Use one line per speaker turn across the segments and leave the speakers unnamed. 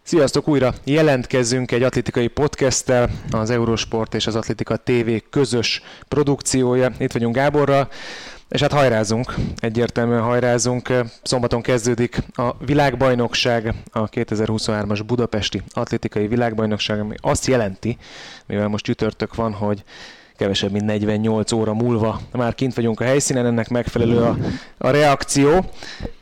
Sziasztok! Újra jelentkezünk egy atlétikai podcasttel, az Eurosport és az Atlétika TV közös produkciója. Itt vagyunk Gáborral, és hát hajrázunk, egyértelműen hajrázunk. Szombaton kezdődik a világbajnokság, a 2023-as budapesti atlétikai világbajnokság, ami azt jelenti, mivel most csütörtök van, hogy kevesebb, mint 48 óra múlva már kint vagyunk a helyszínen, ennek megfelelő a reakció.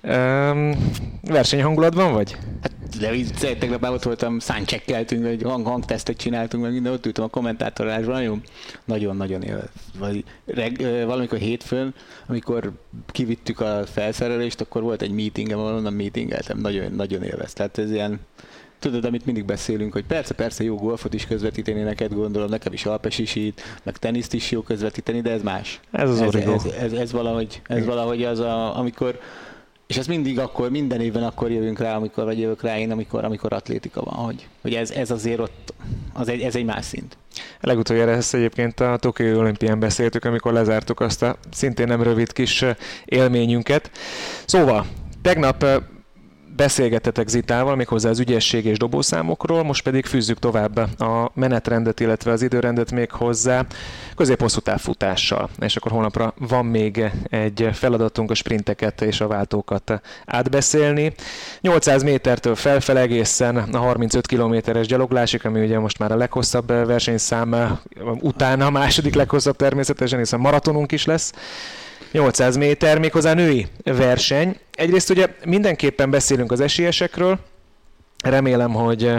Versenyhangulatban vagy?
Hát, de tegnap ott voltam, száncsekkeltünk, egy hangtesztet csináltunk, meg minden, ott ültem a kommentátorásban, nagyon-nagyon valamikor hétfőn, amikor kivittük a felszerelést, akkor volt egy meetingem, ahol onnan meetingeltem, nagyon élveztem. Tehát ez ilyen, tudod, amit mindig beszélünk, hogy persze jó golfot is közvetíteni neked, gondolom, nekem is alpesi sít, meg teniszt is jó közvetíteni, de ez más.
Ez az origó.
Ez valahogy az, amikor, és ez mindig akkor, minden évben akkor jövünk rá, vagy jövök rá én, amikor atlétika van, hogy ez azért ott, ez egy más szint.
Legutoljára ezt egyébként a Tokiói Olimpián beszéltük, amikor lezártuk azt a szintén nem rövid kis élményünket. Szóval, tegnap beszélgettetek Zitával, méghozzá az ügyesség és dobószámokról, most pedig fűzzük tovább a menetrendet, illetve az időrendet még hozzá közép-hosszú távfutással. És akkor holnapra van még egy feladatunk, a sprinteket és a váltókat átbeszélni. 800 métertől felfele egészen a 35 kilométeres gyaloglásig, ami ugye most már a leghosszabb versenyszám után a második leghosszabb természetesen, hiszen maratonunk is lesz. 800 méter, méghozzá női verseny. Egyrészt ugye mindenképpen beszélünk az esélyesekről. Remélem, hogy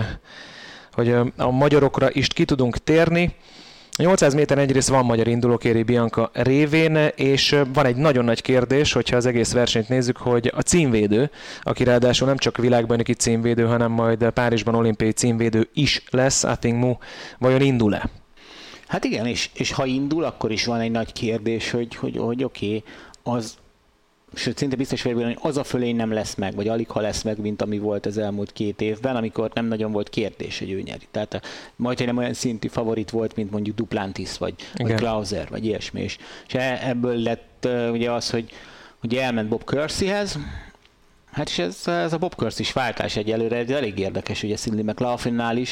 a magyarokra is ki tudunk térni. A 800 méter egyrészt van magyar induló Kéri Bianca révén, és van egy nagyon nagy kérdés, hogyha az egész versenyt nézzük, hogy a címvédő, aki ráadásul nem csak világbajnoki címvédő, hanem majd Párizsban olimpiai címvédő is lesz, Ating Mu, vajon indul-e?
Hát igen, és ha indul, akkor is van egy nagy kérdés, hogy oké, az, sőt, szinte biztos vagyok benne, hogy az a fölény nem lesz meg, vagy alig ha lesz meg, mint ami volt az elmúlt 2 évben, amikor nem nagyon volt kérdés, hogy ő nyeri. Tehát majdnem nem olyan szintű favorit volt, mint mondjuk Duplantis, vagy Klauser, vagy ilyesmi. És ebből lett ugye az, hogy elment Bob Kerseyhez. Hát és ez a Bob Kersey is váltás egyelőre, ez elég érdekes, ugye Cindy McLaughlin-nál is,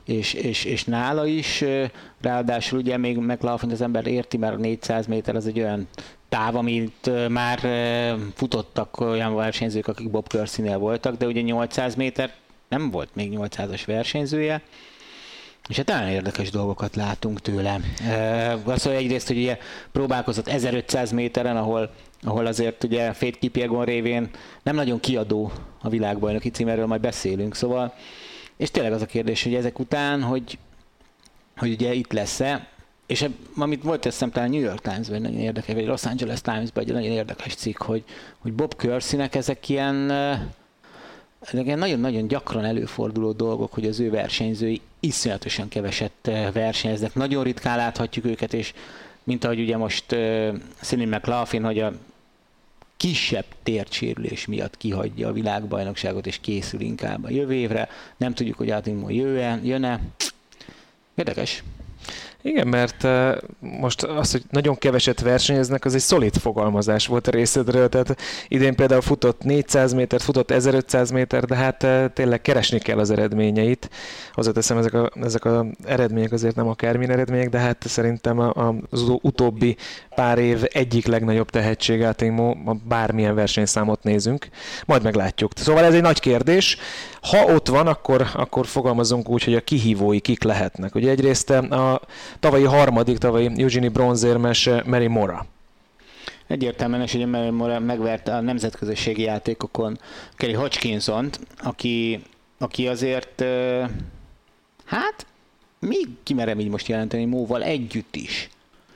és nála is, ráadásul ugye még McLaughlin az ember érti, mert a 400 méter az egy olyan táv, amit már futottak olyan versenyzők, akik Bob Kersey-nél voltak, de ugye 800 méter nem volt még 800-as versenyzője, és hát nagyon érdekes dolgokat látunk tőle. Azt mondja egyrészt, hogy ugye próbálkozott 1500 méteren, ahol azért ugye Faith Kipyegon révén nem nagyon kiadó a világbajnoki cím, erről majd beszélünk, szóval, és tényleg az a kérdés, hogy ezek után, hogy ugye itt lesz-e, és amit volt azt hiszem talán New York Times-ban nagyon érdekes, vagy Los Angeles Times-ban egy nagyon érdekes cikk, hogy Bob Kerseynek ezek ilyen nagyon-nagyon gyakran előforduló dolgok, hogy az ő versenyzői iszonyatosan keveset versenyeznek, nagyon ritkán láthatjuk őket, és mint ahogy ugye most Cindy McLaughlin, hogy a kisebb térdsérülés miatt kihagyja a világbajnokságot, és készül inkább a jövő évre. Nem tudjuk, hogy Ating Mu jön-e. Érdekes.
Igen, mert most az, hogy nagyon keveset versenyeznek, az egy szolid fogalmazás volt a részedről, tehát idén például futott 400 métert, futott 1500 méter, de hát tényleg keresni kell az eredményeit. Hozzáteszem, ezek az eredmények azért nem akármilyen eredmények, de hát szerintem az utóbbi pár év egyik legnagyobb tehetsége Ating Mu, bármilyen versenyszámot nézünk. Majd meglátjuk. Szóval ez egy nagy kérdés. Ha ott van, akkor fogalmazunk úgy, hogy a kihívói kik lehetnek. Ugye egyrészt a tavalyi Eugenie bronzérmes Mary Moraa.
Egyértelműen, és ugye Mary Moraa megverte a nemzetközösségi játékokon Kelly Hodgkinsont, aki azért, hát még kimerem így most jelenteni Móval együtt is.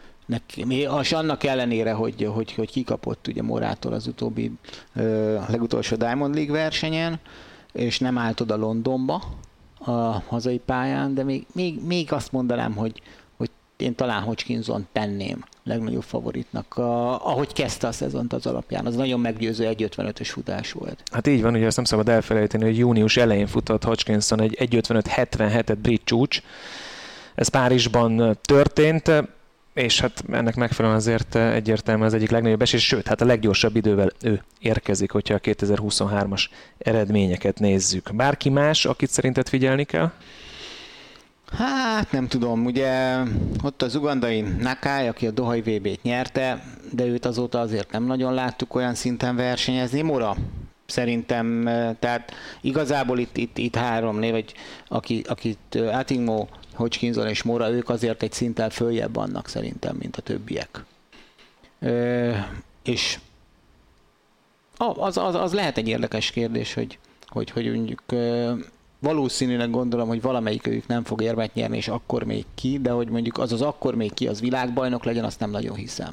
És annak ellenére, hogy kikapott ugye Morától az legutolsó Diamond League versenyen, és nem állt oda Londonba a hazai pályán, de még azt mondanám, hogy én talán Hodgkinson tenném legnagyobb favoritnak, ahogy kezdte a szezont az alapján. Az nagyon meggyőző 1.55-ös futás volt.
Hát így van, ugye azt nem szabad elfelejteni, hogy június elején futott Hodgkinson egy 1.55-77-et brit csúcs. Ez Párizsban történt. és hát ennek megfelelően azért egyértelműen az egyik legnagyobb esés, sőt, hát a leggyorsabb idővel ő érkezik, hogyha a 2023-as eredményeket nézzük. Bárki más, akit szerinted figyelni kell?
Hát nem tudom, ugye ott az ugandai Nakai, aki a Dohai VB-t nyerte, de őt azóta azért nem nagyon láttuk olyan szinten versenyezni. Mora szerintem, tehát igazából itt három név, vagy akit Atingmo, Hodgkinson és Mora, ők azért egy szinttel följebb vannak szerintem, mint a többiek. És az lehet egy érdekes kérdés, hogy mondjuk valószínűleg gondolom, hogy valamelyik ők nem fog érmet nyerni, és akkor még ki, de hogy mondjuk az akkor még ki, az világbajnok legyen, azt nem nagyon hiszem.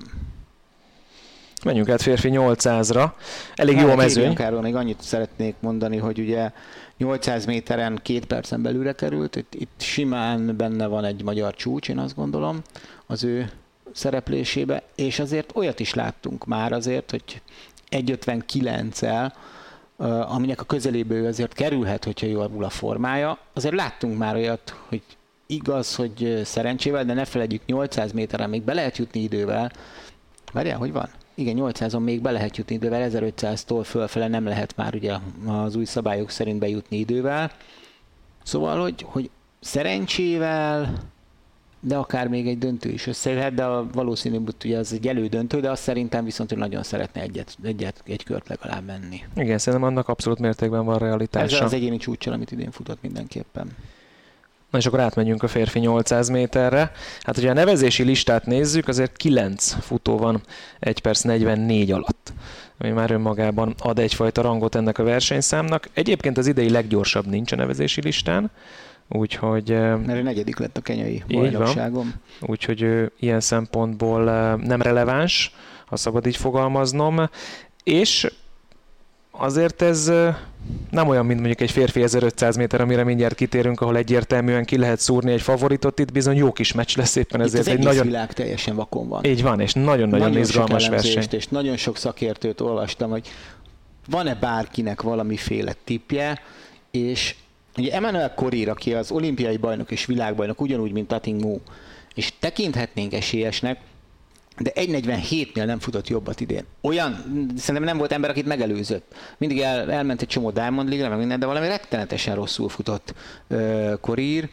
Menjünk át férfi 800-ra. Elég jó a mezőny.
Káról még annyit szeretnék mondani, hogy ugye 800 méteren 2 percen belülre került. Itt simán benne van egy magyar csúcs, én azt gondolom, az ő szereplésébe, és azért olyat is láttunk már azért, hogy 1.59-el, aminek a közelébe ő azért kerülhet, hogyha jól a formája. Azért láttunk már olyat, hogy igaz, hogy szerencsével, de ne felejtjük, 800 méteren még be lehet jutni idővel. Várjál, hogy van? Igen, 800-on még be lehet jutni idővel, 1500-tól fölfele nem lehet már ugye az új szabályok szerint bejutni idővel. Szóval, hogy szerencsével, de akár még egy döntő is összejöhet, de valószínűleg ugye az egy elődöntő, de azt szerintem viszont ő nagyon szeretne egy kört legalább menni.
Igen, szerintem annak abszolút mértékben van realitása.
Ez az egyéni csúccsal, amit idén futott mindenképpen.
Na és akkor átmenjünk a férfi 800 méterre. Hát, hogyha a nevezési listát nézzük, azért 9 futó van 1 perc 44 alatt, ami már önmagában ad egyfajta rangot ennek a versenyszámnak. Egyébként az idei leggyorsabb nincs a nevezési listán, úgyhogy...
Mert ő negyedik lett a kenyai bajnokságon.
Úgyhogy ő ilyen szempontból nem releváns, ha szabad így fogalmaznom. És azért ez nem olyan, mint mondjuk egy férfi 1500 méter, amire mindjárt kitérünk, ahol egyértelműen ki lehet szúrni egy favoritot, itt bizony jó kis meccs lesz éppen, ezért
egy nagyon... világ teljesen vakon van.
Így van, és nagyon-nagyon izgalmas verseny.
És nagyon sok szakértőt olvastam, hogy van-e bárkinek valamiféle tippje, és ugye Emmanuel Korir, aki az olimpiai bajnok és világbajnok, ugyanúgy, mint Atingmo, és tekinthetnénk esélyesnek, de 1.47-nél nem futott jobbat idén. Olyan, szerintem nem volt ember, akit megelőzött. Mindig elment egy csomó Diamond League-re, meg minden, de valami rettenetesen rosszul futott Korir.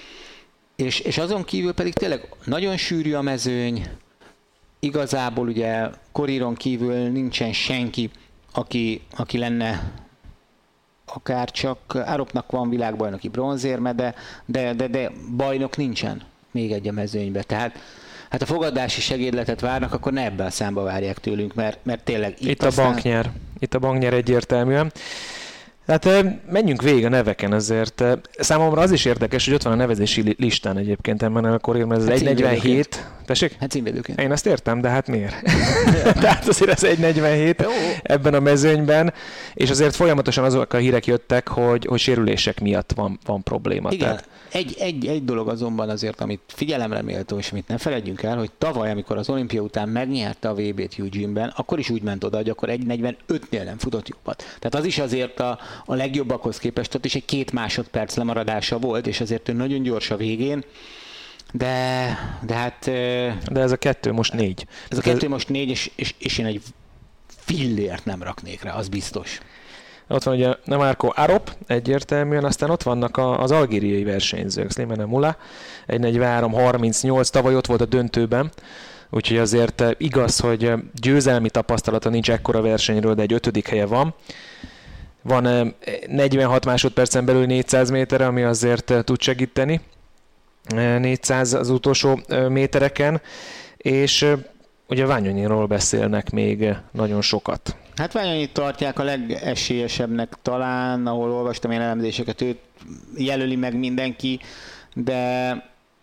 És azon kívül pedig tényleg nagyon sűrű a mezőny. Igazából ugye Koriron kívül nincsen senki, aki lenne akár csak Aropnak van világbajnoki bronzérme, de bajnok nincsen még egy a mezőnybe. Tehát hát a fogadási segédletet várnak, akkor ne ebben a számba várják tőlünk, mert tényleg
itt a bank nyer. Itt a bank nyer egyértelműen. Hát menjünk végig a neveken azért. Számomra az is érdekes, hogy ott van a nevezési listán egyébként Emmanuel Korir, mert ez 1.47. Tessék?
Hát címvédőként.
Én ezt értem, de hát miért? Tehát azért ez 1.47 ebben a mezőnyben, és azért folyamatosan azok a hírek jöttek, hogy sérülések miatt van probléma.
Igen.
Tehát...
Egy dolog azonban azért, amit figyelemre méltó, és amit ne feledjünk el, hogy tavaly, amikor az olimpia után megnyerte a VB-t Eugene-ben, akkor is úgy ment oda, hogy akkor 1.45-nél nem futott jobbat. Tehát az is azért a legjobbakhoz képest ott is egy 2 másodperc lemaradása volt, és azért ő nagyon gyors a végén, de hát...
De ez a 2 most 4.
Ez a 2 most 4, és én egy fillért nem raknék rá, az biztos.
Ott van ugye Marco Arop egyértelműen, aztán ott vannak az algériai versenyzők, Slimane Moula, 1.43.38, tavaly ott volt a döntőben, úgyhogy azért igaz, hogy győzelmi tapasztalata nincs ekkora versenyről, de egy 5. helye van. Van 46 másodpercen belül 400 méterre, ami azért tud segíteni, 400 az utolsó métereken, és ugye Ványonyiról beszélnek még nagyon sokat.
Hát Ványonyit tartják a legesélyesebbnek talán, ahol olvastam én elemzéseket, őt jelöli meg mindenki, de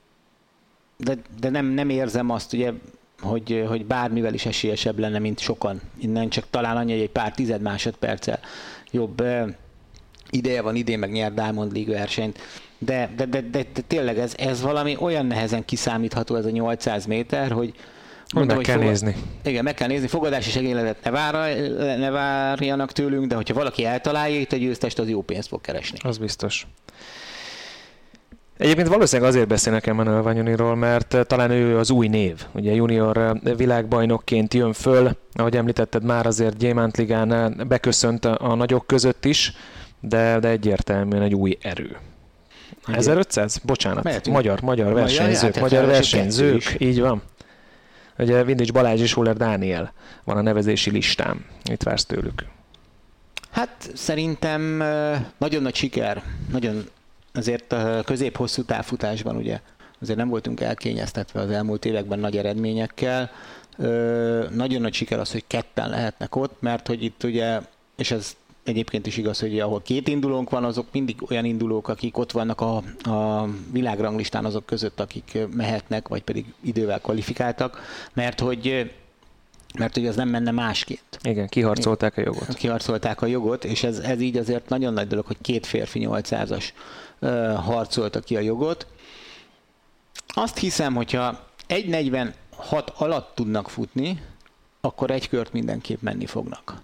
nem érzem azt, ugye, hogy bármivel is esélyesebb lenne, mint sokan. Innen csak talán annyi, hogy egy pár 10 másodperccel jobb ideje van, idén meg nyert Diamond League versenyt. De tényleg ez valami olyan nehezen kiszámítható ez a 800 méter, hogy
mondom, meg kell nézni.
Igen, meg kell nézni. Fogadási segédletet ne várjanak tőlünk, de hogyha valaki eltalálja itt a győztest, az jó pénzt fog keresni.
Az biztos. Egyébként valószínűleg azért beszélnek Emmanuel Wanyoniról, mert talán ő az új név. Ugye junior világbajnokként jön föl, ahogy említetted, már azért Gyémántligán beköszönt a nagyok között is, de egyértelműen egy új erő. 1500? Bocsánat,
Mehetünk.
magyar versenyzők, magyar versenyzők, így van. Ugye Vindics Balázs és Huller Dániel van a nevezési listán. Mit vársz tőlük?
Hát szerintem nagyon nagy siker, nagyon azért a közép-hosszú távfutásban ugye azért nem voltunk elkényeztetve az elmúlt években nagy eredményekkel. Nagyon nagy siker az, hogy ketten lehetnek ott, mert hogy itt ugye, és ez egyébként is igaz, hogy ahol két indulónk van, azok mindig olyan indulók, akik ott vannak a világranglistán azok között, akik mehetnek, vagy pedig idővel kvalifikáltak, mert hogy az nem menne másként.
Igen, kiharcolták a jogot.
Kiharcolták a jogot, és ez így azért nagyon nagy dolog, hogy két férfi 800-as harcolta ki a jogot. Azt hiszem, hogyha 1.46 alatt tudnak futni, akkor egy kört mindenképp menni fognak.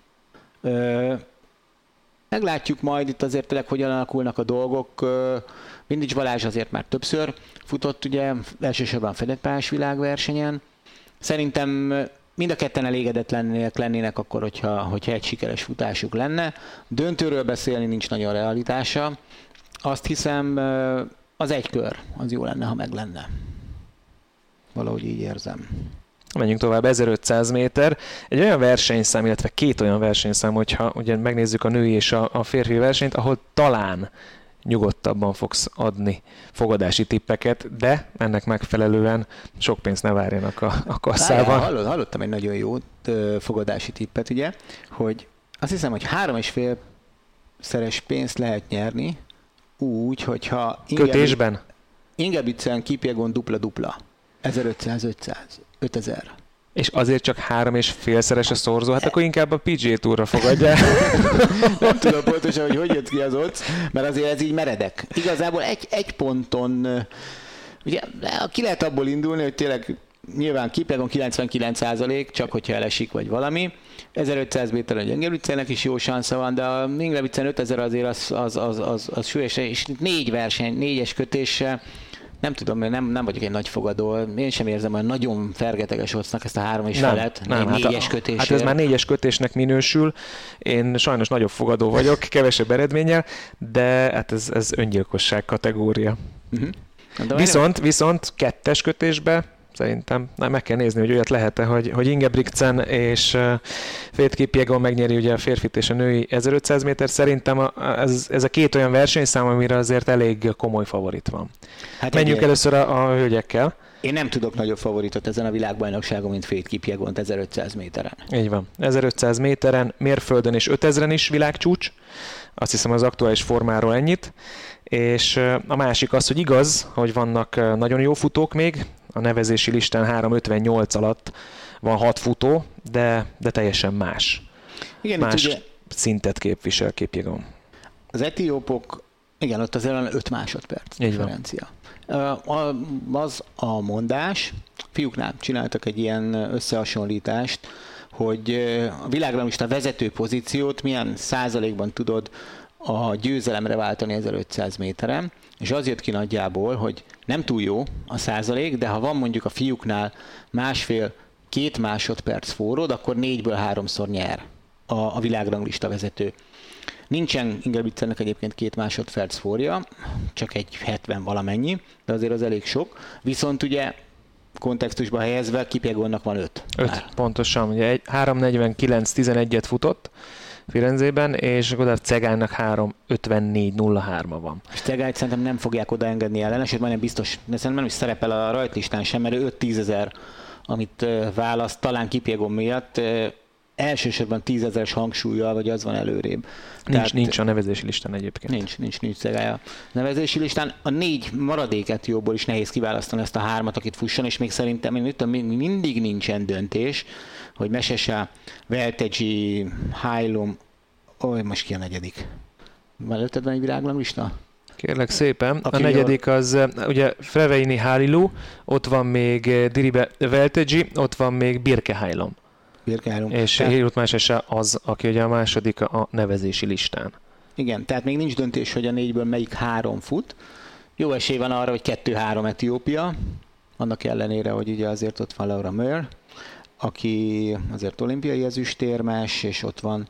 Meglátjuk majd itt azért tényleg, hogyan alakulnak a dolgok. Vindics Balázs azért már többször futott, ugye, elsősorban fedett pályás világversenyen. Szerintem mind a ketten elégedetlenek lennének akkor, hogyha egy sikeres futásuk lenne. Döntőről beszélni nincs nagyon realitása. Azt hiszem, az egy kör, az jó lenne, ha meg lenne. Valahogy így érzem.
Menjünk tovább, 1500 méter. Egy olyan versenyszám, illetve két olyan versenyszám, hogyha ugye megnézzük a női és a férfi versenyt, ahol talán nyugodtabban fogsz adni fogadási tippeket, de ennek megfelelően sok pénzt ne várjanak a kasszában.
Hallottam egy nagyon jó fogadási tippet, ugye, hogy azt hiszem, hogy 3,5 szeres pénzt lehet nyerni úgy, hogyha
kötésben?
Ingebrigtsen, Kipjegon dupla-dupla. 1500-500. 5000.
És azért csak 3,5-szeres a szorzó? Hát akkor inkább a PGA Tourra fogadják.
Nem tudom pontosan, hogy jött ki az ott, mert azért ez így meredek. Igazából egy ponton, ugye ki lehet abból indulni, hogy tényleg nyilván Kipjegon 99%, csak hogyha elesik vagy valami. 1500 méteren egy Ingebrigtsennek is jó sansza van, de a Ingebrigtsen 5000 azért az súlyos, és 4 verseny, 4-es kötéssel. Nem tudom, mert nem vagyok egy nagy fogadó. Én sem érzem olyan nagyon fergeteges occnak ezt a 3,5-et. Négyes kötésért.
Hát ez már 4-es kötésnek minősül. Én sajnos nagyobb fogadó vagyok, kevesebb eredménnyel, de hát ez öngyilkosság kategória. Viszont 2-es kötésbe szerintem meg kell nézni, hogy olyat lehet-e, hogy Ingebrigtsen és Faith Kipjegon megnyeri ugye a férfit és a női 1500 méter. Szerintem ez a két olyan versenyszám, amire azért elég komoly favorit van. Hát menjünk először a hölgyekkel.
Én nem tudok nagyobb favoritot ezen a világbajnokságon, mint Faith Kipjegon 1500 méteren.
Így van. 1500 méteren, mérföldön és 5000-en is világcsúcs. Azt hiszem az aktuális formáról ennyit. És a másik az, hogy igaz, hogy vannak nagyon jó futók még. A nevezési listán 3.58 alatt van 6 futó, de teljesen más.
Igen,
más
ugye
szintet képvisel Kipjegon.
Az etiópok, igen, ott azért 5 másodperc differencia. Az a mondás, fiúknál csináltak egy ilyen összehasonlítást, hogy a világranglista vezető pozíciót milyen százalékban tudod a győzelemre váltani 1500 méteren, és az jött ki nagyjából, hogy nem túl jó a százalék, de ha van mondjuk a fiúknál 1,5-2 másodperc forrod, akkor 4-ből 3-szor nyer a világranglista vezető. Nincsen Ingebrigtsennek egyébként 2 másodperc forja, csak egy 70 valamennyi, de azért az elég sok. Viszont ugye kontextusba helyezve Kipjegonnak van 5.
5, pontosan. Ugye 3.49.11-et futott Firenzében, és Godard Cegánynak 3.54.03-a van.
És Cegányt szerintem nem fogják odaengedni ellen, sőt majdnem biztos, de szerintem nem is szerepel a rajtlistán sem, mert 5-10 ezer, amit választ, talán Kipjegon miatt, elsősorban 10 000-es hangsúlyjal, vagy az van előrébb.
Nincs a nevezési listán egyébként.
Nincs Cegály a nevezési listán. A 4 maradéket jóból is nehéz kiválasztani ezt a 3-at, akit fusson, és még szerintem mindig nincsen döntés, hogy Mesese, Veltegi, Hailom, most ki a negyedik? Van előtted van egy világranglista?
Kérlek szépen. A negyedik az ugye Freveini Halilu, ott van még Diribe Veltegi, ott van még Birke Hailom. És Hirut Mesese az, aki ugye a második a nevezési listán.
Igen, tehát még nincs döntés, hogy a 4-ből melyik 3 fut, Jó esély van arra, hogy 2-3 Etiópia, annak ellenére, hogy ugye azért ott van Laura Muir, aki azért olimpiai ezüstérmes, és ott van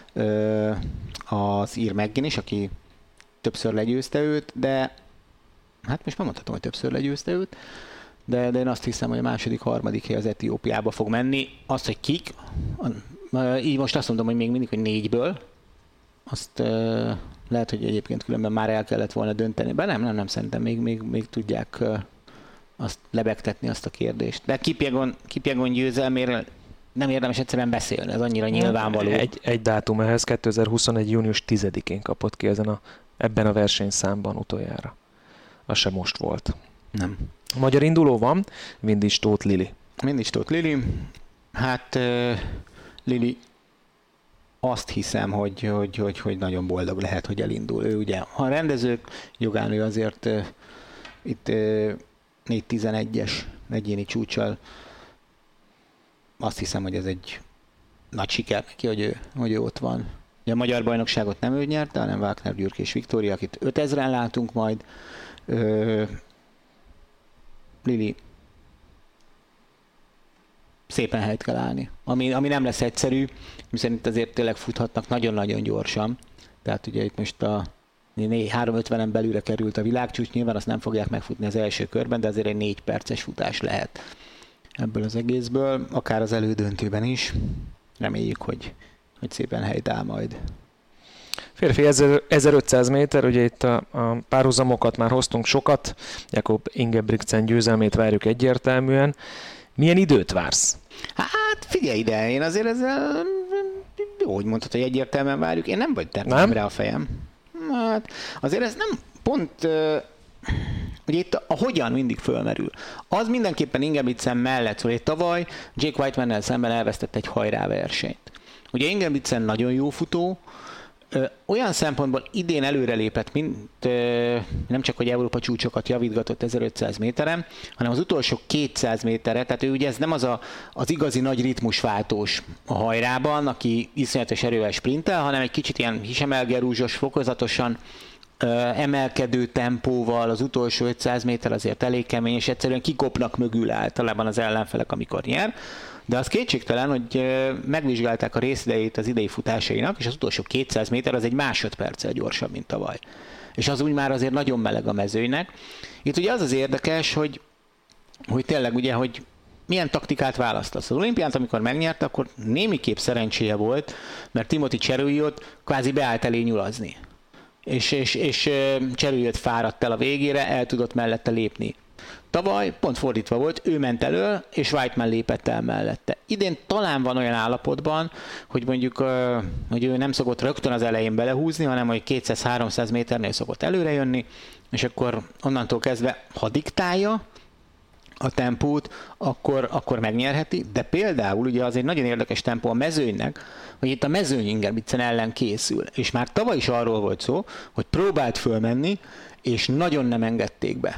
az ír McGuinness, aki többször legyőzte őt, de hát most nem mondhatom, hogy többször legyőzte őt, de én azt hiszem, hogy a második, harmadik hely az Etiópiába fog menni. Azt, hogy kik, így most azt mondom, hogy még mindig, hogy 4-ből, azt lehet, hogy egyébként különben már el kellett volna dönteni, de nem, szerintem még tudják azt lebegtetni azt a kérdést. De Kipyegon győzelméről nem érdemes egyszerűen beszélni, ez annyira nyilvánvaló.
Egy dátum ehhez, 2021. június 10-én kapott ki ebben a versenyszámban utoljára. Az sem most volt.
Nem.
A magyar induló van, Windisch Tóth Lili.
Windisch Tóth Lili. Hát Lili azt hiszem, hogy nagyon boldog lehet, hogy elindul. Ő ugye, ha a rendezők jogán ő azért itt 4.11-es egyéni csúccsal azt hiszem, hogy ez egy nagy siker neki, hogy ő ott van. Ugye a magyar bajnokságot nem ő nyerte, hanem Wagner Gyürk és Viktória, akit 5000-en látunk majd. Lili szépen helyt kell állni. Ami nem lesz egyszerű, hiszen itt azért tényleg futhatnak nagyon-nagyon gyorsan. Tehát ugye itt most a 3.50-en belülre került a világcsúcs, nyilván azt nem fogják megfutni az első körben, de azért egy 4 perces futás lehet ebből az egészből, akár az elődöntőben is. Reméljük, hogy szépen helyt áll majd.
Férfi 1500 méter, ugye itt a párhuzamokat már hoztunk sokat, Jakob Ingebrigtsen győzelmét várjuk egyértelműen. Milyen időt vársz?
Hát figyelj ide, én azért ezzel jó, hogy mondtad, hogy egyértelműen várjuk, én nem vagy tervezem rá a fejem. Hát azért ez nem pont, ugye itt a hogyan mindig fölmerül. Az mindenképpen Ingebrigtsen mellett, szóval tavaly Jake Whitemannel szemben elvesztett egy hajráversenyt. Ugye Ingebrigtsen nagyon jó futó, olyan szempontból idén előrelépett, mint nem csak, hogy Európa csúcsokat javítgatott 1500 méteren, hanem az utolsó 200 méterre, tehát ő ugye ez nem az igazi nagy ritmusváltós a hajrában, aki iszonyatos erővel sprintel, hanem egy kicsit ilyen hisemelgerúzsos, fokozatosan emelkedő tempóval, az utolsó 500 méter azért elég kemény, és egyszerűen kikopnak mögül általában az ellenfelek, amikor nyer. De az kétségtelen, hogy megvizsgálták a részidejét az idei futásainak, és az utolsó 200 méter az egy másodperccel gyorsabb, mint tavaly. És az úgy már azért nagyon meleg a mezőnynek. Itt ugye az érdekes, hogy tényleg ugye, hogy milyen taktikát választasz. Az olimpiát, amikor megnyerte, akkor némiképp szerencséje volt, mert Timothy Cheruiyot kvázi beállt elé nyulazni. És Cheruiyot fáradt el a végére, el tudott mellette lépni. Tavaly pont fordítva volt, ő ment elő, és Whiteman lépett el mellette. Idén talán van olyan állapotban, hogy mondjuk, hogy ő nem szokott rögtön az elején belehúzni, hanem hogy 200-300 méternél szokott előre jönni, és akkor onnantól kezdve, ha diktálja a tempót, akkor megnyerheti, de például ugye az egy nagyon érdekes tempó a mezőnynek, hogy itt a mezőny Ingebrigtsen ellen készül, és már tavaly is arról volt szó, hogy próbált fölmenni, és nagyon nem engedték be.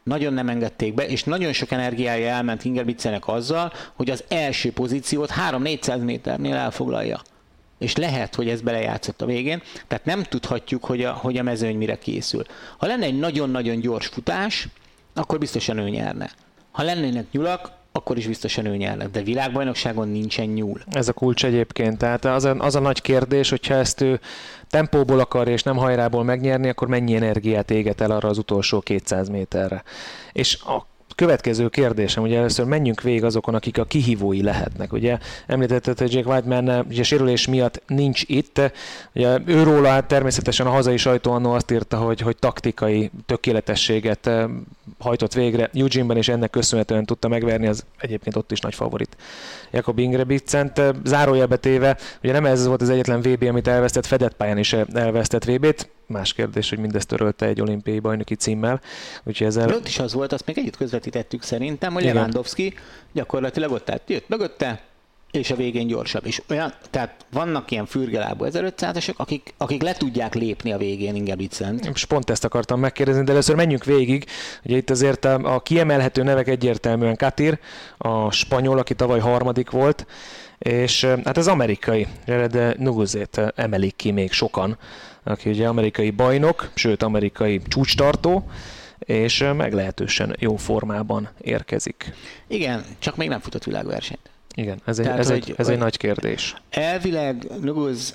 És nagyon sok energiája elment Ingebrigtsennek azzal, hogy az első pozíciót 300-400 méternél elfoglalja. És lehet, hogy ez belejátszott a végén, tehát nem tudhatjuk, hogy a mezőny mire készül. Ha lenne egy nagyon-nagyon gyors futás, akkor biztosan ő nyerne. Ha lennének nyulak, akkor is biztosan ő nyerne, de világbajnokságon nincsen nyúl.
Ez a kulcs egyébként, tehát az a nagy kérdés, hogyha ezt ő tempóból akarja és nem hajrából megnyerni, akkor mennyi energiát éget el arra az utolsó 200 méterre. És a következő kérdésem, ugye először menjünk végig azokon, akik a kihívói lehetnek. Ugye említetted, hogy Jake Whiteman ugye sérülés miatt nincs itt. Ugye őróla természetesen a hazai sajtó annó azt írta, hogy taktikai tökéletességet hajtott végre Eugene-ben, és ennek köszönhetően tudta megverni, az egyébként ott is nagy favorit Jakob Ingebrigtsent. Zárójelbe téve, ugye nem ez volt az egyetlen VB, amit elvesztett, fedett pályán is elvesztett VB-t. Más kérdés, hogy mindezt törölte egy olimpiai bajnoki címmel. Úgyhogy ezzel...
Ott is az volt, azt még együtt közvetítettük szerintem, hogy Lewandowski gyakorlatilag ott jött mögötte, és a végén gyorsabb. És olyan, tehát vannak ilyen fürgelábú 1500-asok, akik le tudják lépni a végén Ingebrigtsent.
És pont ezt akartam megkérdezni, de először menjünk végig. Ugye itt azért a kiemelhető nevek egyértelműen Katir, a spanyol, aki tavaly harmadik volt, és hát az amerikai, Jared Nuguzét emelik ki még sokan, aki ugye amerikai bajnok, sőt amerikai csúcstartó, és meglehetősen jó formában érkezik.
Igen, csak még nem futott világversenyt.
Igen, ez egy nagy kérdés.
Elvileg Nuguz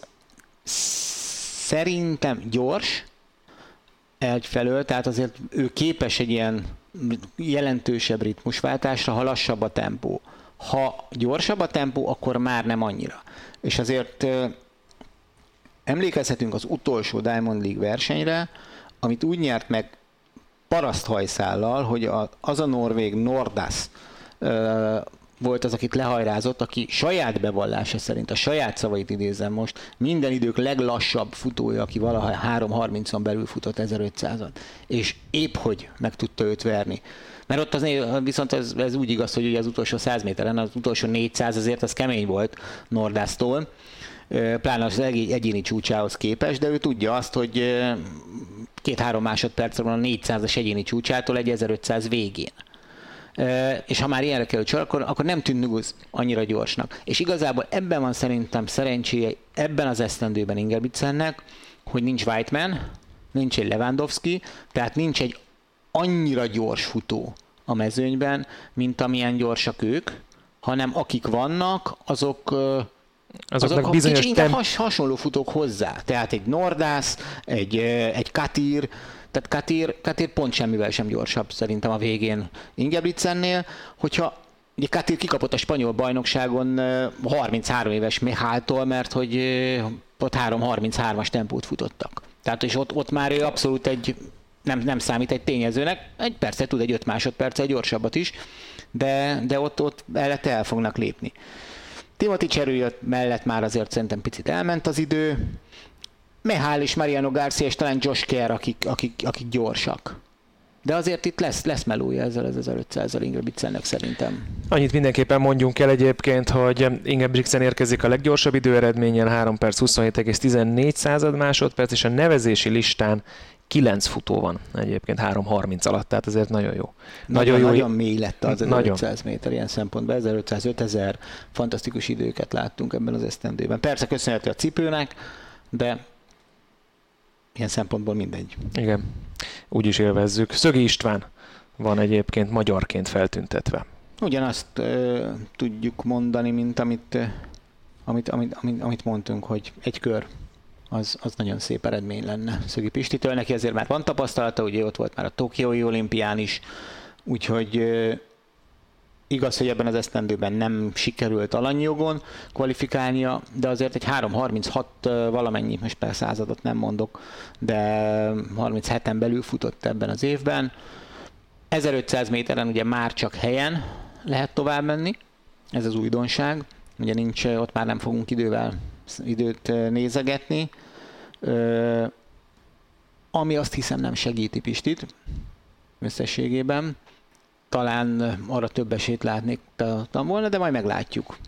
szerintem gyors egyfelől, tehát azért ő képes egy ilyen jelentősebb ritmusváltásra, ha lassabb a tempó. Ha gyorsabb a tempó, akkor már nem annyira. És azért emlékezhetünk az utolsó Diamond League versenyre, amit úgy nyert meg paraszthajszállal, hogy az a norvég Nordas volt az, akit lehajrázott, aki saját bevallása szerint, a saját szavait idézem most, minden idők leglassabb futója, aki valaha 3.30-on belül futott 1500-at. És épp hogy meg tudta őt verni. Mert ott viszont ez úgy igaz, hogy ugye az utolsó 100 méteren, az utolsó 400 azért az kemény volt Nordásztól, pláne az egyéni csúcsához képest, de ő tudja azt, hogy 2-3 másodpercre van a 400-as egyéni csúcsától egy 1500 végén. És ha már ilyenre került sor, akkor nem tűnt Nuguz annyira gyorsnak. És igazából ebben van szerintem szerencséje ebben az esztendőben Ingebrigtsennek, hogy nincs Weidmann, nincs egy Lewandowski, tehát nincs egy annyira gyors futó a mezőnyben, mint amilyen gyorsak ők, hanem akik vannak, azok
bizonyos
inkább hasonló futók hozzá. Tehát egy Nordász, egy Katir, tehát Katir pont semmivel sem gyorsabb szerintem a végén Ingebrigtsennél, hogyha ugye Katir kikapott a spanyol bajnokságon 33 éves Miháltól, mert hogy ott 3.33-as tempót futottak. Tehát és ott már ő abszolút nem számít egy tényezőnek, persze tud egy 5 másodperccel gyorsabbat is, de ott mellette el fognak lépni. Timothy Cheruiyot mellett már azért szerintem picit elment az idő. Mihál és Mariano Garcia és talán Josh Kerr, akik gyorsak. De azért itt lesz melója ezzel az 1500-zal Ingebrigtsennek szerintem.
Annyit mindenképpen mondjunk el egyébként, hogy Ingebrigtsen érkezik a leggyorsabb időeredménnyel 3 perc 27,14 másodperc, és a nevezési listán 9 futó van egyébként 3.30 alatt, tehát ezért nagyon jó.
Nagyon mély lett az 1500 méter ilyen szempontból, 1500-5000 fantasztikus időket láttunk ebben az esztendőben. Persze köszönhető a cipőnek, de ilyen szempontból mindegy. Igen,
úgy is élvezzük. Szögi István van egyébként magyarként feltüntetve.
Ugyanazt tudjuk mondani, mint amit mondtunk, hogy egy kör. Az nagyon szép eredmény lenne Szögi Pistitől. Neki azért már van tapasztalata, ugye ott volt már a Tokiói olimpián is, úgyhogy igaz, hogy ebben az esztendőben nem sikerült alanyjogon kvalifikálnia, de azért egy 3.36 valamennyi, most per századot nem mondok, de 37-en belül futott ebben az évben. 1500 méteren ugye már csak helyen lehet tovább menni, ez az újdonság, ugye nincs, ott már nem fogunk időt nézegetni, ami azt hiszem nem segíti Pistit összességében. Talán arra több esélyt láttam volna, de majd meglátjuk.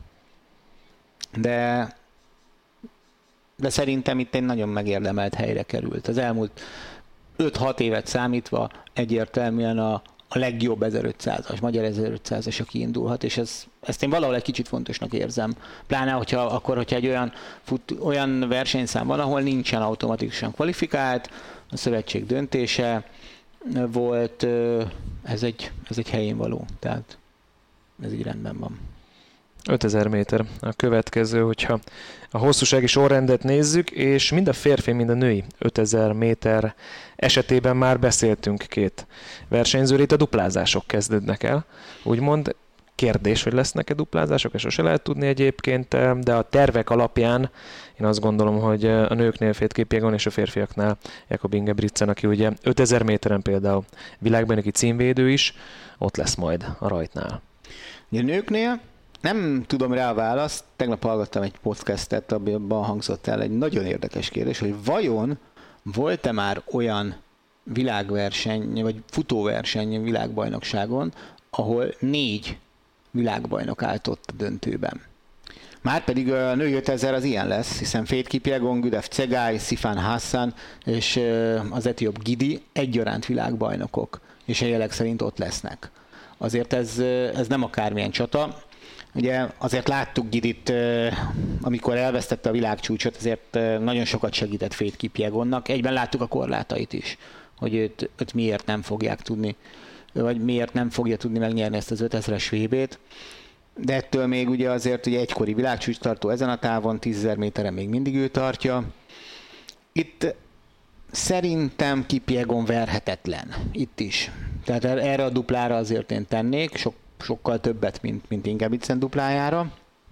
De szerintem itt egy nagyon megérdemelt helyre került. Az elmúlt 5-6 évet számítva egyértelműen a legjobb 1500-as, magyar 1500-as, aki indulhat, és ezt én valahol egy kicsit fontosnak érzem. Pláne, hogyha egy olyan versenyszám van, ahol nincsen automatikusan kvalifikált, a szövetség döntése volt, ez egy helyén való, tehát ez így rendben van.
5000 méter a következő, hogyha a hosszúsági sorrendet nézzük, és mind a férfi, mind a női 5000 méter esetében már beszéltünk két versenyzőről, itt a duplázások kezdődnek el. Úgymond kérdés, hogy lesznek-e duplázások, és sose lehet tudni egyébként, de a tervek alapján én azt gondolom, hogy a nőknél Faith Kipyegon és a férfiaknál Jakob Ingebrigtsen, aki ugye 5000 méteren például világbajnoki címvédő is, ott lesz majd a rajtnál.
A nőknél nem tudom rá a választ, tegnap hallgattam egy podcastet, abban hangzott el egy nagyon érdekes kérdés, hogy vajon volt-e már olyan világverseny, vagy futóverseny világbajnokságon, ahol 4 világbajnok állt ott a döntőben. Márpedig a női 5000 az ilyen lesz, hiszen Faith Kipyegon, Güdef Tsegay, Sifan Hassan és az etióp Gidi egyaránt világbajnokok, és a jelek szerint ott lesznek. Azért ez nem akármilyen csata. Ugye azért láttuk Gidit, amikor elvesztette a világcsúcsot, azért nagyon sokat segített Faith Kipyegonnak. Egyben láttuk a korlátait is. hogy őt miért nem fogják tudni, vagy miért nem fogja tudni megnyerni ezt az 5000-es VB-t. De ettől még ugye azért ugye egykori világcsúcstartó ezen a távon, 10.000 méteren még mindig ő tartja. Itt szerintem Kipiegon verhetetlen. Itt is. Tehát erre a duplára azért én tennék, sokkal többet, mint Ingebrigtsen duplájára.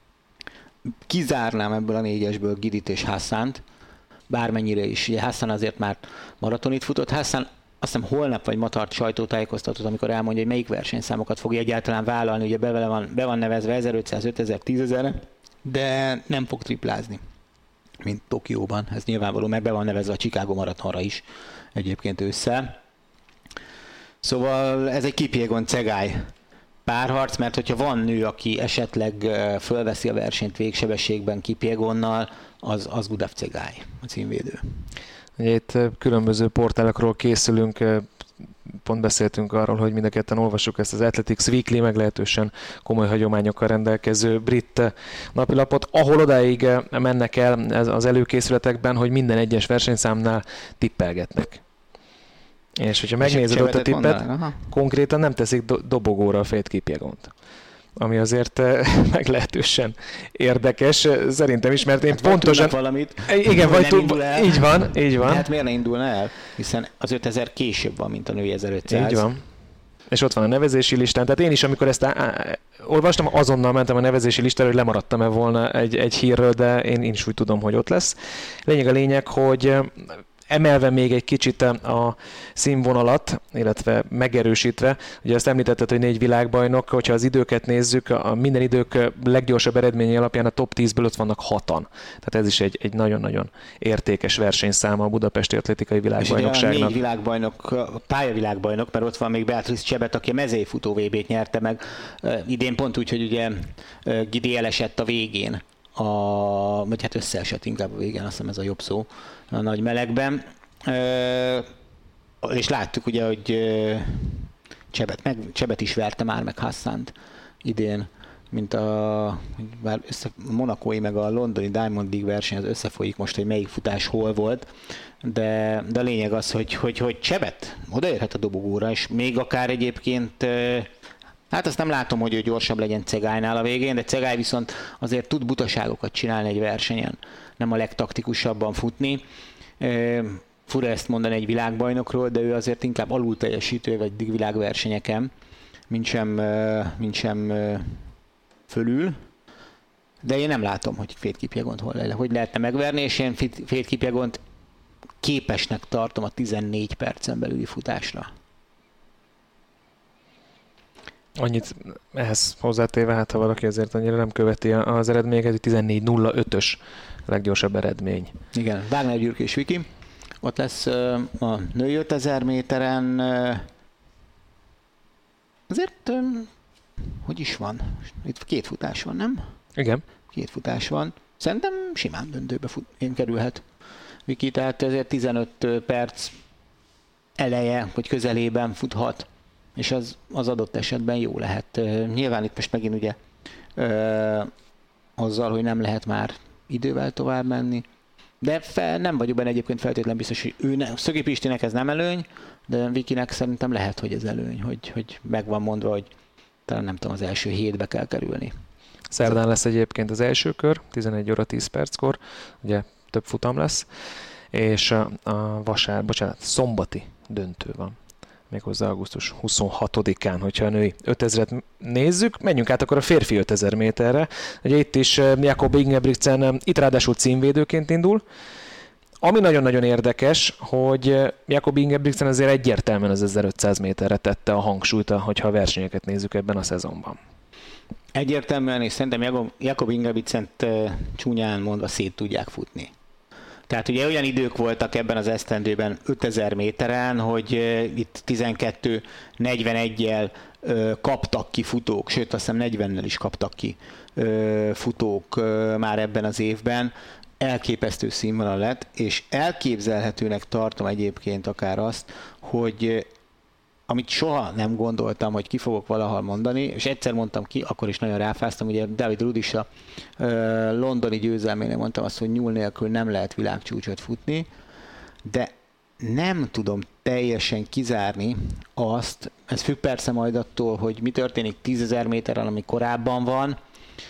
Kizárnám ebből a 4-esből Gidit és Hassant, bármennyire is. Ugye Hassan azért már maratonit futott. Hassan azt hiszem holnap vagy ma tart sajtótájékoztatót, amikor elmondja, hogy melyik versenyszámokat fogja egyáltalán vállalni. Ugye be van nevezve 1500, 5000, 10.000, de nem fog triplázni, mint Tokióban. Ez nyilvánvaló, mert be van nevezve a Chicago maratonra is egyébként ősszel. Szóval ez egy Kipiegon Cegály párharc, mert hogyha van nő, aki esetleg fölveszi a versenyt végsebességben Kipiegonnal, az Gustav Cegály, a címvédő.
Itt különböző portálokról készülünk, pont beszéltünk arról, hogy mind a ketten olvassuk ezt az Athletics Weekly, meglehetősen komoly hagyományokkal rendelkező brit napilapot, ahol odáig mennek el az előkészületekben, hogy minden egyes versenyszámnál tippelgetnek. És hogyha megnézed ott a tippet, konkrétan nem teszik dobogóra a Faith Kipiegont. Ami azért meglehetősen érdekes, szerintem is, mert én
hát
pontosan...
valamit,
igen, vagy így van. De
hát miért ne indulna el? Hiszen az 5000 később van, mint a női 1500.
Így van. És ott van a nevezési listán. Tehát én is, amikor ezt olvastam, azonnal mentem a nevezési listára, hogy lemaradtam-e volna egy hírről, de én is úgy tudom, hogy ott lesz. Lényeg, hogy emelve még egy kicsit a színvonalat, illetve megerősítve, ugye azt említetted, hogy 4 világbajnok, hogyha az időket nézzük, a minden idők leggyorsabb eredményei alapján a top 10-ből ott vannak 6-an. Tehát ez is egy nagyon-nagyon értékes versenyszáma a budapesti atlétikai világbajnokságnak.
És ugye a 4 világbajnok, pályavilágbajnok, mert ott van még Beatrice Csebet, aki a mezei futó VB-t nyerte meg idén pont úgy, hogy ugye Gidi elesett a végén. Vagy hát összeesett inkább a végén, azt hiszem ez a jobb szó, a nagy melegben. És láttuk ugye, hogy Csebet is verte már meg Hassant idén, mint a monakói meg a londoni Diamond League verseny, az összefolyik most, hogy melyik futás hol volt, de a lényeg az, hogy Csebet odaérhet a dobogóra, és még akár egyébként hát azt nem látom, hogy ő gyorsabb legyen Cegáynál a végén, de Cegály viszont azért tud butaságokat csinálni egy versenyen, nem a legtaktikusabban futni. Fura ezt mondani egy világbajnokról, de ő azért inkább alul teljesítő vagy világversenyeken, mint sem fölül. De én nem látom, hogy Faith Kipiegont hogy lehetne megverni, és én Faith Kipiegont képesnek tartom a 14 percen belüli futásra.
Annyit ehhez hozzátéve, hát ha valaki azért annyira nem követi az eredményeket, hogy 14.05-ös leggyorsabb eredmény.
Igen, Wagner Gyürk és Viki. Ott lesz a női 5000 méteren. Azért, hogy is van? Itt 2 futás van, nem?
Igen.
2 futás van. Szerintem simán döntőbe kerülhet Viki, tehát ezért 15 perc eleje, vagy közelében futhat. És az adott esetben jó lehet. Nyilván itt most megint ugye azzal, hogy nem lehet már idővel tovább menni, de nem vagyok benne egyébként feltétlenül biztos, hogy Szögi Pistinek ez nem előny, de Vikinek szerintem lehet, hogy ez előny, hogy meg van mondva, hogy talán nem tudom, az első 7-be kell kerülni.
Szerdán lesz egyébként az első kör, 11 óra 10 perckor, ugye több futam lesz, és a szombati döntő van. Méghozzá augusztus 26-án, hogyha a női 5000-et nézzük. Menjünk át akkor a férfi 5000 méterre. Ugye itt is Jakob Ingebrigtsen itt ráadásul címvédőként indul. Ami nagyon-nagyon érdekes, hogy Jakob Ingebrigtsen azért egyértelműen az 1500 méterre tette a hangsúlyt, hogyha a versenyeket nézzük ebben a szezonban.
Egyértelműen, és szerintem Jakob Ingebrigtsent csúnyán mondva szét tudják futni. Tehát ugye olyan idők voltak ebben az esztendőben 5000 méteren, hogy itt 12:41-jel kaptak ki futók, sőt azt hiszem 40-nel is kaptak ki futók már ebben az évben. Elképesztő színvonal lett, és elképzelhetőnek tartom egyébként akár azt, hogy amit soha nem gondoltam, hogy ki fogok valahol mondani, és egyszer mondtam ki, akkor is nagyon ráfáztam, ugye David Rudis a londoni győzelménél mondtam azt, hogy nyúl nélkül nem lehet világcsúcsot futni, de nem tudom teljesen kizárni azt, ez függ persze majd attól, hogy mi történik 10.000 méteren, ami korábban van,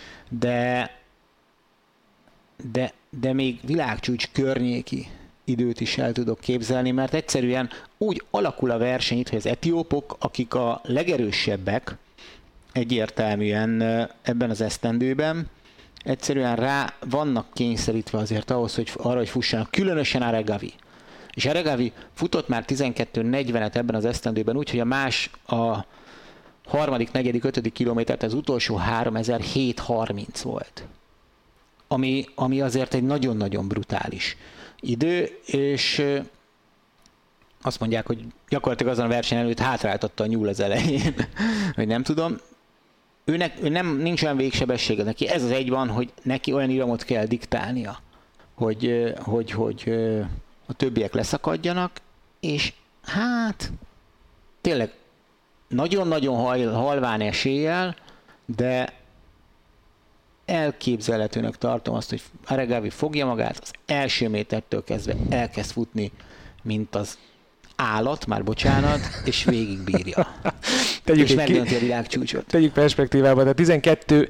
de még világcsúcs környéki időt is el tudok képzelni, mert egyszerűen úgy alakul a verseny itt, hogy az etiópok, akik a legerősebbek egyértelműen ebben az esztendőben, egyszerűen rá vannak kényszerítve azért ahhoz, hogy arra, hogy fussanak, különösen Aregawi. És Aregawi futott már 12.40-et ebben az esztendőben úgy, hogy a harmadik, negyedik, ötödik kilométert az utolsó 3.730 volt. Ami azért egy nagyon-nagyon brutális idő, és azt mondják, hogy gyakorlatilag azon a verseny előtt hátráltatta a nyúl az elején, vagy nem tudom. Ő nincs olyan végsebessége neki. Ez az egy van, hogy neki olyan iramot kell diktálnia, hogy a többiek leszakadjanak, és hát tényleg nagyon-nagyon halván eséllyel, de elképzelhetőnek tartom azt, hogy Aregawi fogja magát, az első métertől kezdve elkezd futni, mint az állat, már bocsánat, és végigbírja. És megdönti a világcsúcsot.
Tegyük perspektívába, de 12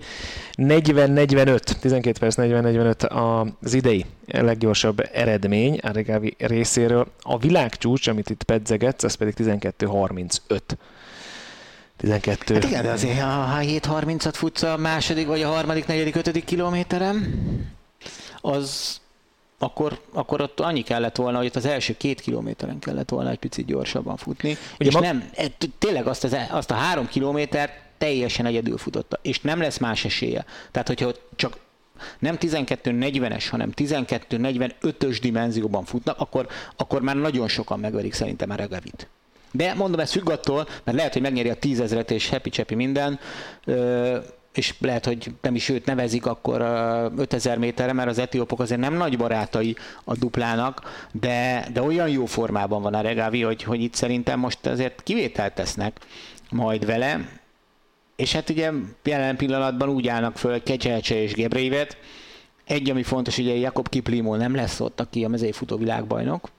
perc 40-45 az idei leggyorsabb eredmény Aregawi részéről. A világcsúcs, amit itt pedzegetsz, az pedig 12.35. 12.
Hát igen, de azért ha 7.30-at futsz a második, vagy a harmadik, negyedik, ötödik kilométeren, az akkor ott annyi kellett volna, hogy ott az első 2 kilométeren kellett volna egy picit gyorsabban futni, ugye és tényleg azt a 3 kilométert teljesen egyedül futotta, és nem lesz más esélye. Tehát, hogyha csak nem 12.40-es, hanem 12.45-ös dimenzióban futnak, akkor már nagyon sokan megverik szerintem Aregawit. De mondom, ez függ attól, mert lehet, hogy megnyeri a 10.000-et és happy-chappy minden, és lehet, hogy nem is őt nevezik akkor 5000 méterre, mert az etiópok azért nem nagy barátai a duplának, de olyan jó formában van Aregawi, hogy itt szerintem most azért kivételt tesznek majd vele. És hát ugye jelen pillanatban úgy állnak föl Kecselcse és Gebreivет. Egy, ami fontos, ugye Jakob Kiplimo nem lesz ott, aki a mezőnyfutó világbajnok.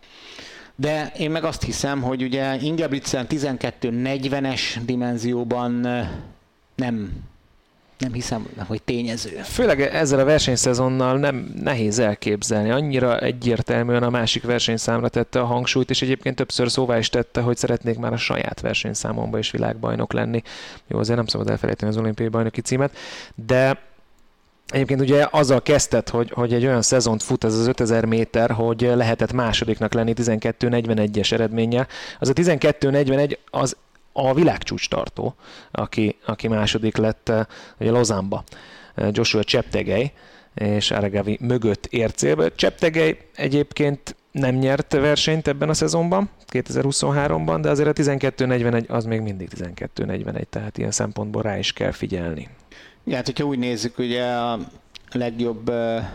De én meg azt hiszem, hogy ugye Ingebrigtsen 12.40-es dimenzióban nem hiszem, hogy tényező.
Főleg ezzel a versenyszezonnal nem nehéz elképzelni. Annyira egyértelműen a másik versenyszámra tette a hangsúlyt, és egyébként többször szóvá is tette, hogy szeretnék már a saját versenyszámomba is világbajnok lenni. Jó, azért nem szabad elfelejteni az olimpiai bajnoki címet, de egyébként ugye azzal kezdett, hogy egy olyan szezont fut ez az 5000 méter, hogy lehetett másodiknak lenni 12.41-es eredménnyel. Az a 12.41 az a világcsúcs tartó, aki második lett ugye Lausanne-ba, Joshua Cheptegei, és Aregawi mögött ért célba. Cheptegei egyébként nem nyert versenyt ebben a szezonban, 2023-ban, de azért a 12.41 az még mindig 12.41, tehát ilyen szempontból rá is kell figyelni.
Ja, hát hogyha úgy nézzük, ugye a legjobb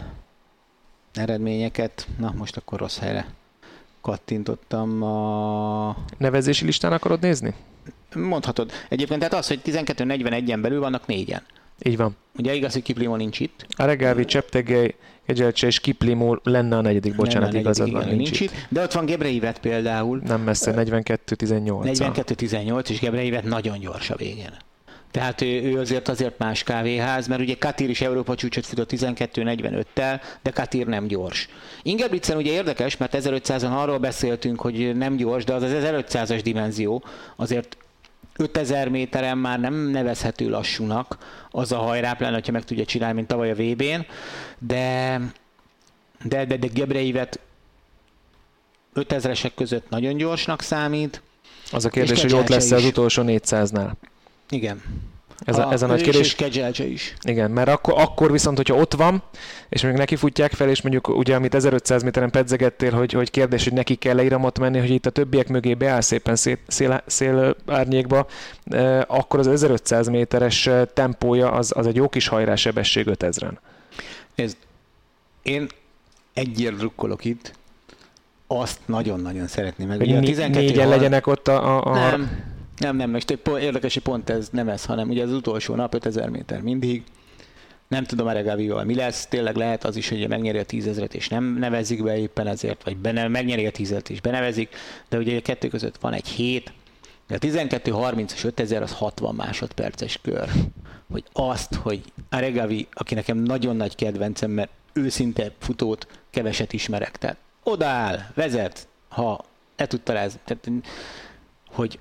eredményeket, na most akkor rossz helyre kattintottam a...
Nevezési listán akarod nézni?
Mondhatod. Egyébként tehát az, hogy 12.41-en belül vannak 4-en.
Így van.
Ugye igaz, hogy Kiplimo nincs itt.
Aregawi, Cheptegei, Kecselcse és Kiplimo lenne a negyedik, bocsánat, igazad van, nincs itt.
De ott van Gebreivет például.
Nem messze, 42.18.
42.18, és Gebreivet nagyon gyors a végén. Tehát ő azért más kávéház, mert ugye Katir is Európa csúcsot futott 12.45-tel, de Katir nem gyors. Ingebrigtsen ugye érdekes, mert 1500-on arról beszéltünk, hogy nem gyors, de az 1500-as dimenzió azért 5000 méteren már nem nevezhető lassúnak az a hajráplán, hogyha meg tudja csinálni, mint tavaly a VB-n, de Gebreivет 5000-esek között nagyon gyorsnak számít.
Az a kérdés, hogy ott lesz az utolsó 400-nál.
Igen.
Ez a nagy kérdés.
És Kecselcse is.
Igen, mert akkor viszont, hogyha ott van, és még neki futják fel, és mondjuk ugye, amit 1500 méteren pedzegettél, hogy kérdés, hogy neki kell iramot menni, hogy itt a többiek mögé beáll szépen szél árnyékba, akkor az 1500 méteres tempója az egy jó kis hajrássebesség 5000-en.
Én egyért drukkolok itt, azt nagyon-nagyon szeretném meg.
Hogy négyen legyenek ott
Nem, most érdekes, hogy pont ez nem ez, hanem ugye az utolsó nap 5000 méter mindig. Nem tudom Aregavival mi lesz, tényleg lehet az is, hogy megnyeri a 10 000-et és nem nevezik be éppen ezért, vagy megnyeri a 10 000-et és benevezik, de ugye a kettő között van egy hét, de a 12-30 és 5000 az 60 másodperces kör. Hogy azt, hogy Aregawi, aki nekem nagyon nagy kedvencem, mert őszinte futót keveset ismerek, tehát odaáll, vezet, ha le tud talázni, tehát hogy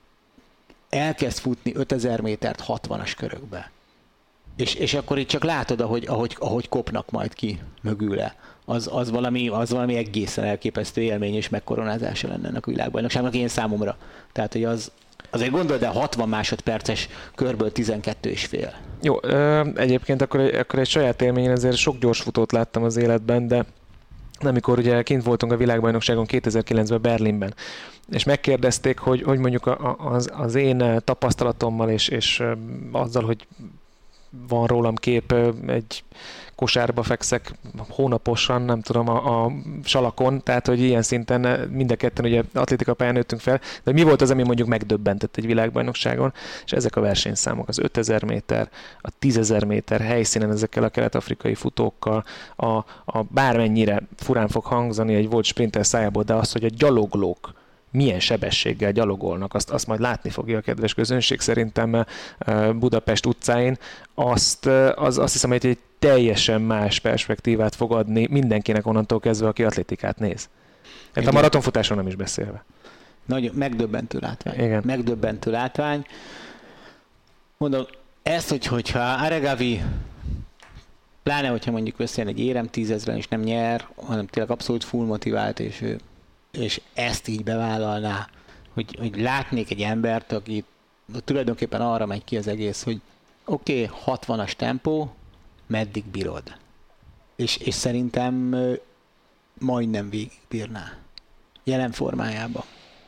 elkezd futni 5000 métert 60-as körökbe. És akkor itt csak látod, ahogy kopnak majd ki mögüle. Az valami egészen elképesztő élmény és megkoronázása lenne ennek a világbajnokságnak én számomra. Tehát, hogy azért gondold, de 60 másodperces körből 12,5.
Jó, egyébként akkor egy saját élmény, ezért sok gyors futót láttam az életben, de amikor ugye kint voltunk a világbajnokságon 2009-ben Berlinben, és megkérdezték, hogy mondjuk az én tapasztalatommal és azzal, hogy van rólam kép, egy kosárba fekszek hónaposan, nem tudom, a salakon, tehát, hogy ilyen szinten mind a ketten ugye atlétika pályán nőttünk fel, de mi volt az, ami mondjuk megdöbbentett egy világbajnokságon, és ezek a versenyszámok, az 5000 méter, a 10.000 méter helyszínen ezekkel a kelet-afrikai futókkal, a bármennyire furán fog hangzani egy volt sprinter szájából, de az, hogy a gyaloglók milyen sebességgel gyalogolnak, azt majd látni fogja a kedves közönség szerintem Budapest utcáin, azt hiszem, hogy egy teljesen más perspektívát fog adni mindenkinek onnantól kezdve, aki atlétikát néz. Hát a maratonfutáson nem is beszélve.
Nagyon megdöbbentő látvány.
Igen.
Megdöbbentő látvány. Mondom, ezt, hogyha Aregawi, pláne, hogyha mondjuk összejön egy érem 10 000-en és nem nyer, hanem tényleg abszolút full motivált, és ezt így bevállalná, hogy látnék egy embert, aki tulajdonképpen arra megy ki az egész, hogy oké, 60-as tempó, meddig bírod. És szerintem majdnem végigbírná. Jelen formájában.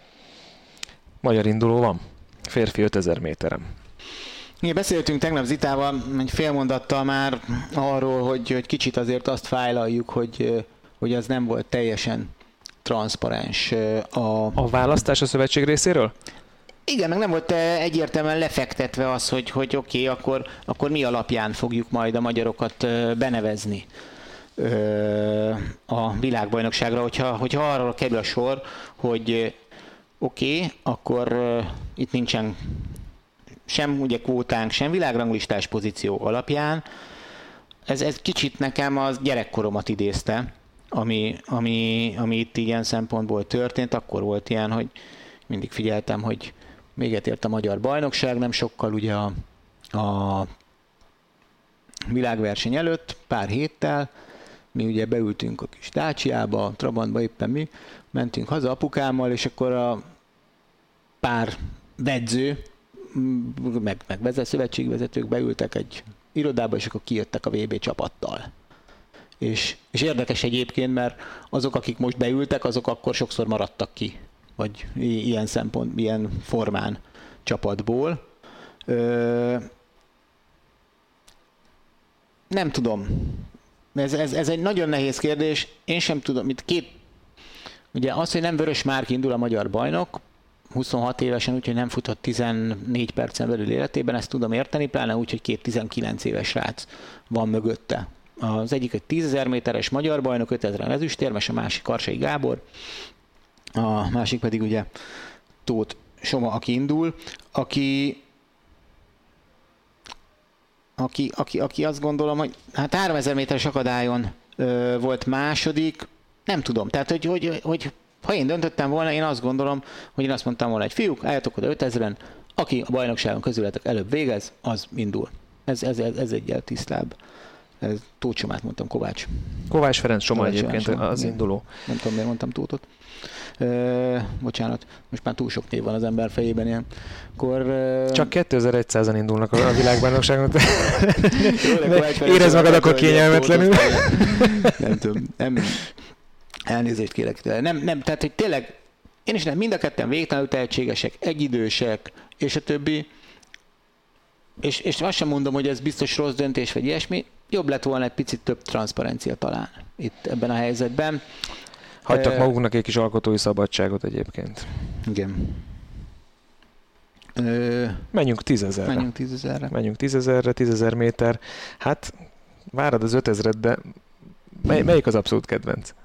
Magyar induló van. Férfi 5000 méterem.
Igen, beszéltünk tegnap Zitával egy fél mondattal már arról, hogy kicsit azért azt fájlaljuk, hogy az nem volt teljesen transzparens.
A választás a szövetség részéről?
Igen, meg nem volt egyértelműen lefektetve az, hogy oké, akkor mi alapján fogjuk majd a magyarokat benevezni a világbajnokságra, hogyha arról kerül a sor, hogy oké, akkor itt nincsen sem ugye kvótánk, sem világranglistás pozíció alapján. Ez kicsit nekem az gyerekkoromat idézte, ami itt ilyen szempontból történt. Akkor volt ilyen, hogy mindig figyeltem, hogy véget ért a magyar bajnokság, nem sokkal ugye a világverseny előtt, pár héttel, mi ugye beültünk a kis Dacia-ba, Trabantba éppen mi, mentünk haza apukámmal, és akkor a pár vedző, meg szövetségvezetők beültek egy irodába, és akkor kijöttek a VB csapattal. És érdekes egyébként, mert azok, akik most beültek, azok akkor sokszor maradtak ki, vagy ilyen formán csapatból. Nem tudom. Ez egy nagyon nehéz kérdés. Én sem tudom. Ugye az, hogy nem Vörös Márk indul a magyar bajnok, 26 évesen, úgyhogy nem futhat 14 percen belül életében, ezt tudom érteni, pláne úgy, hogy 2 19 éves srác van mögötte. Az egyik egy 10 000 méteres magyar bajnok, 5000-en ezüstérmes, a másik Karsai Gábor, a másik pedig ugye Tóth Soma, aki indul, aki azt gondolom, hogy hát 3000 méteres akadályon volt második, nem tudom, tehát hogy ha én döntöttem volna, én azt gondolom, hogy én azt mondtam volna, hogy fiúk, álljatok oda 5000-en, aki a bajnokságon közületek előbb végez, az indul. Ez egyel tisztább. Tóth Somát mondtam, Kovács.
Kovács Ferenc Soma egyébként az induló.
Nem tudom, miért mondtam Tóthot. Bocsánat, most már túl sok név van az ember fejében ilyen.
Csak 2100-an indulnak a világbajnokságon. Érezd magad akkor kényelmetlenül.
Nem tudom. Elnézést kérek. Nem, tehát hogy tényleg én is nem, mind a ketten végtelenül tehetségesek, egyidősek, és a többi. És azt sem mondom, hogy ez biztos rossz döntés, vagy ilyesmi. Jobb lett volna egy picit több transzparencia talán itt ebben a helyzetben.
Hagytak maguknak egy kis alkotói szabadságot egyébként.
Igen.
Menjünk 10 000-re.
Menjünk 10 000-re.
Menjünk 10 000-re, 10 000 méter. Hát várod az 5000-et, de melyik az abszolút kedvenc?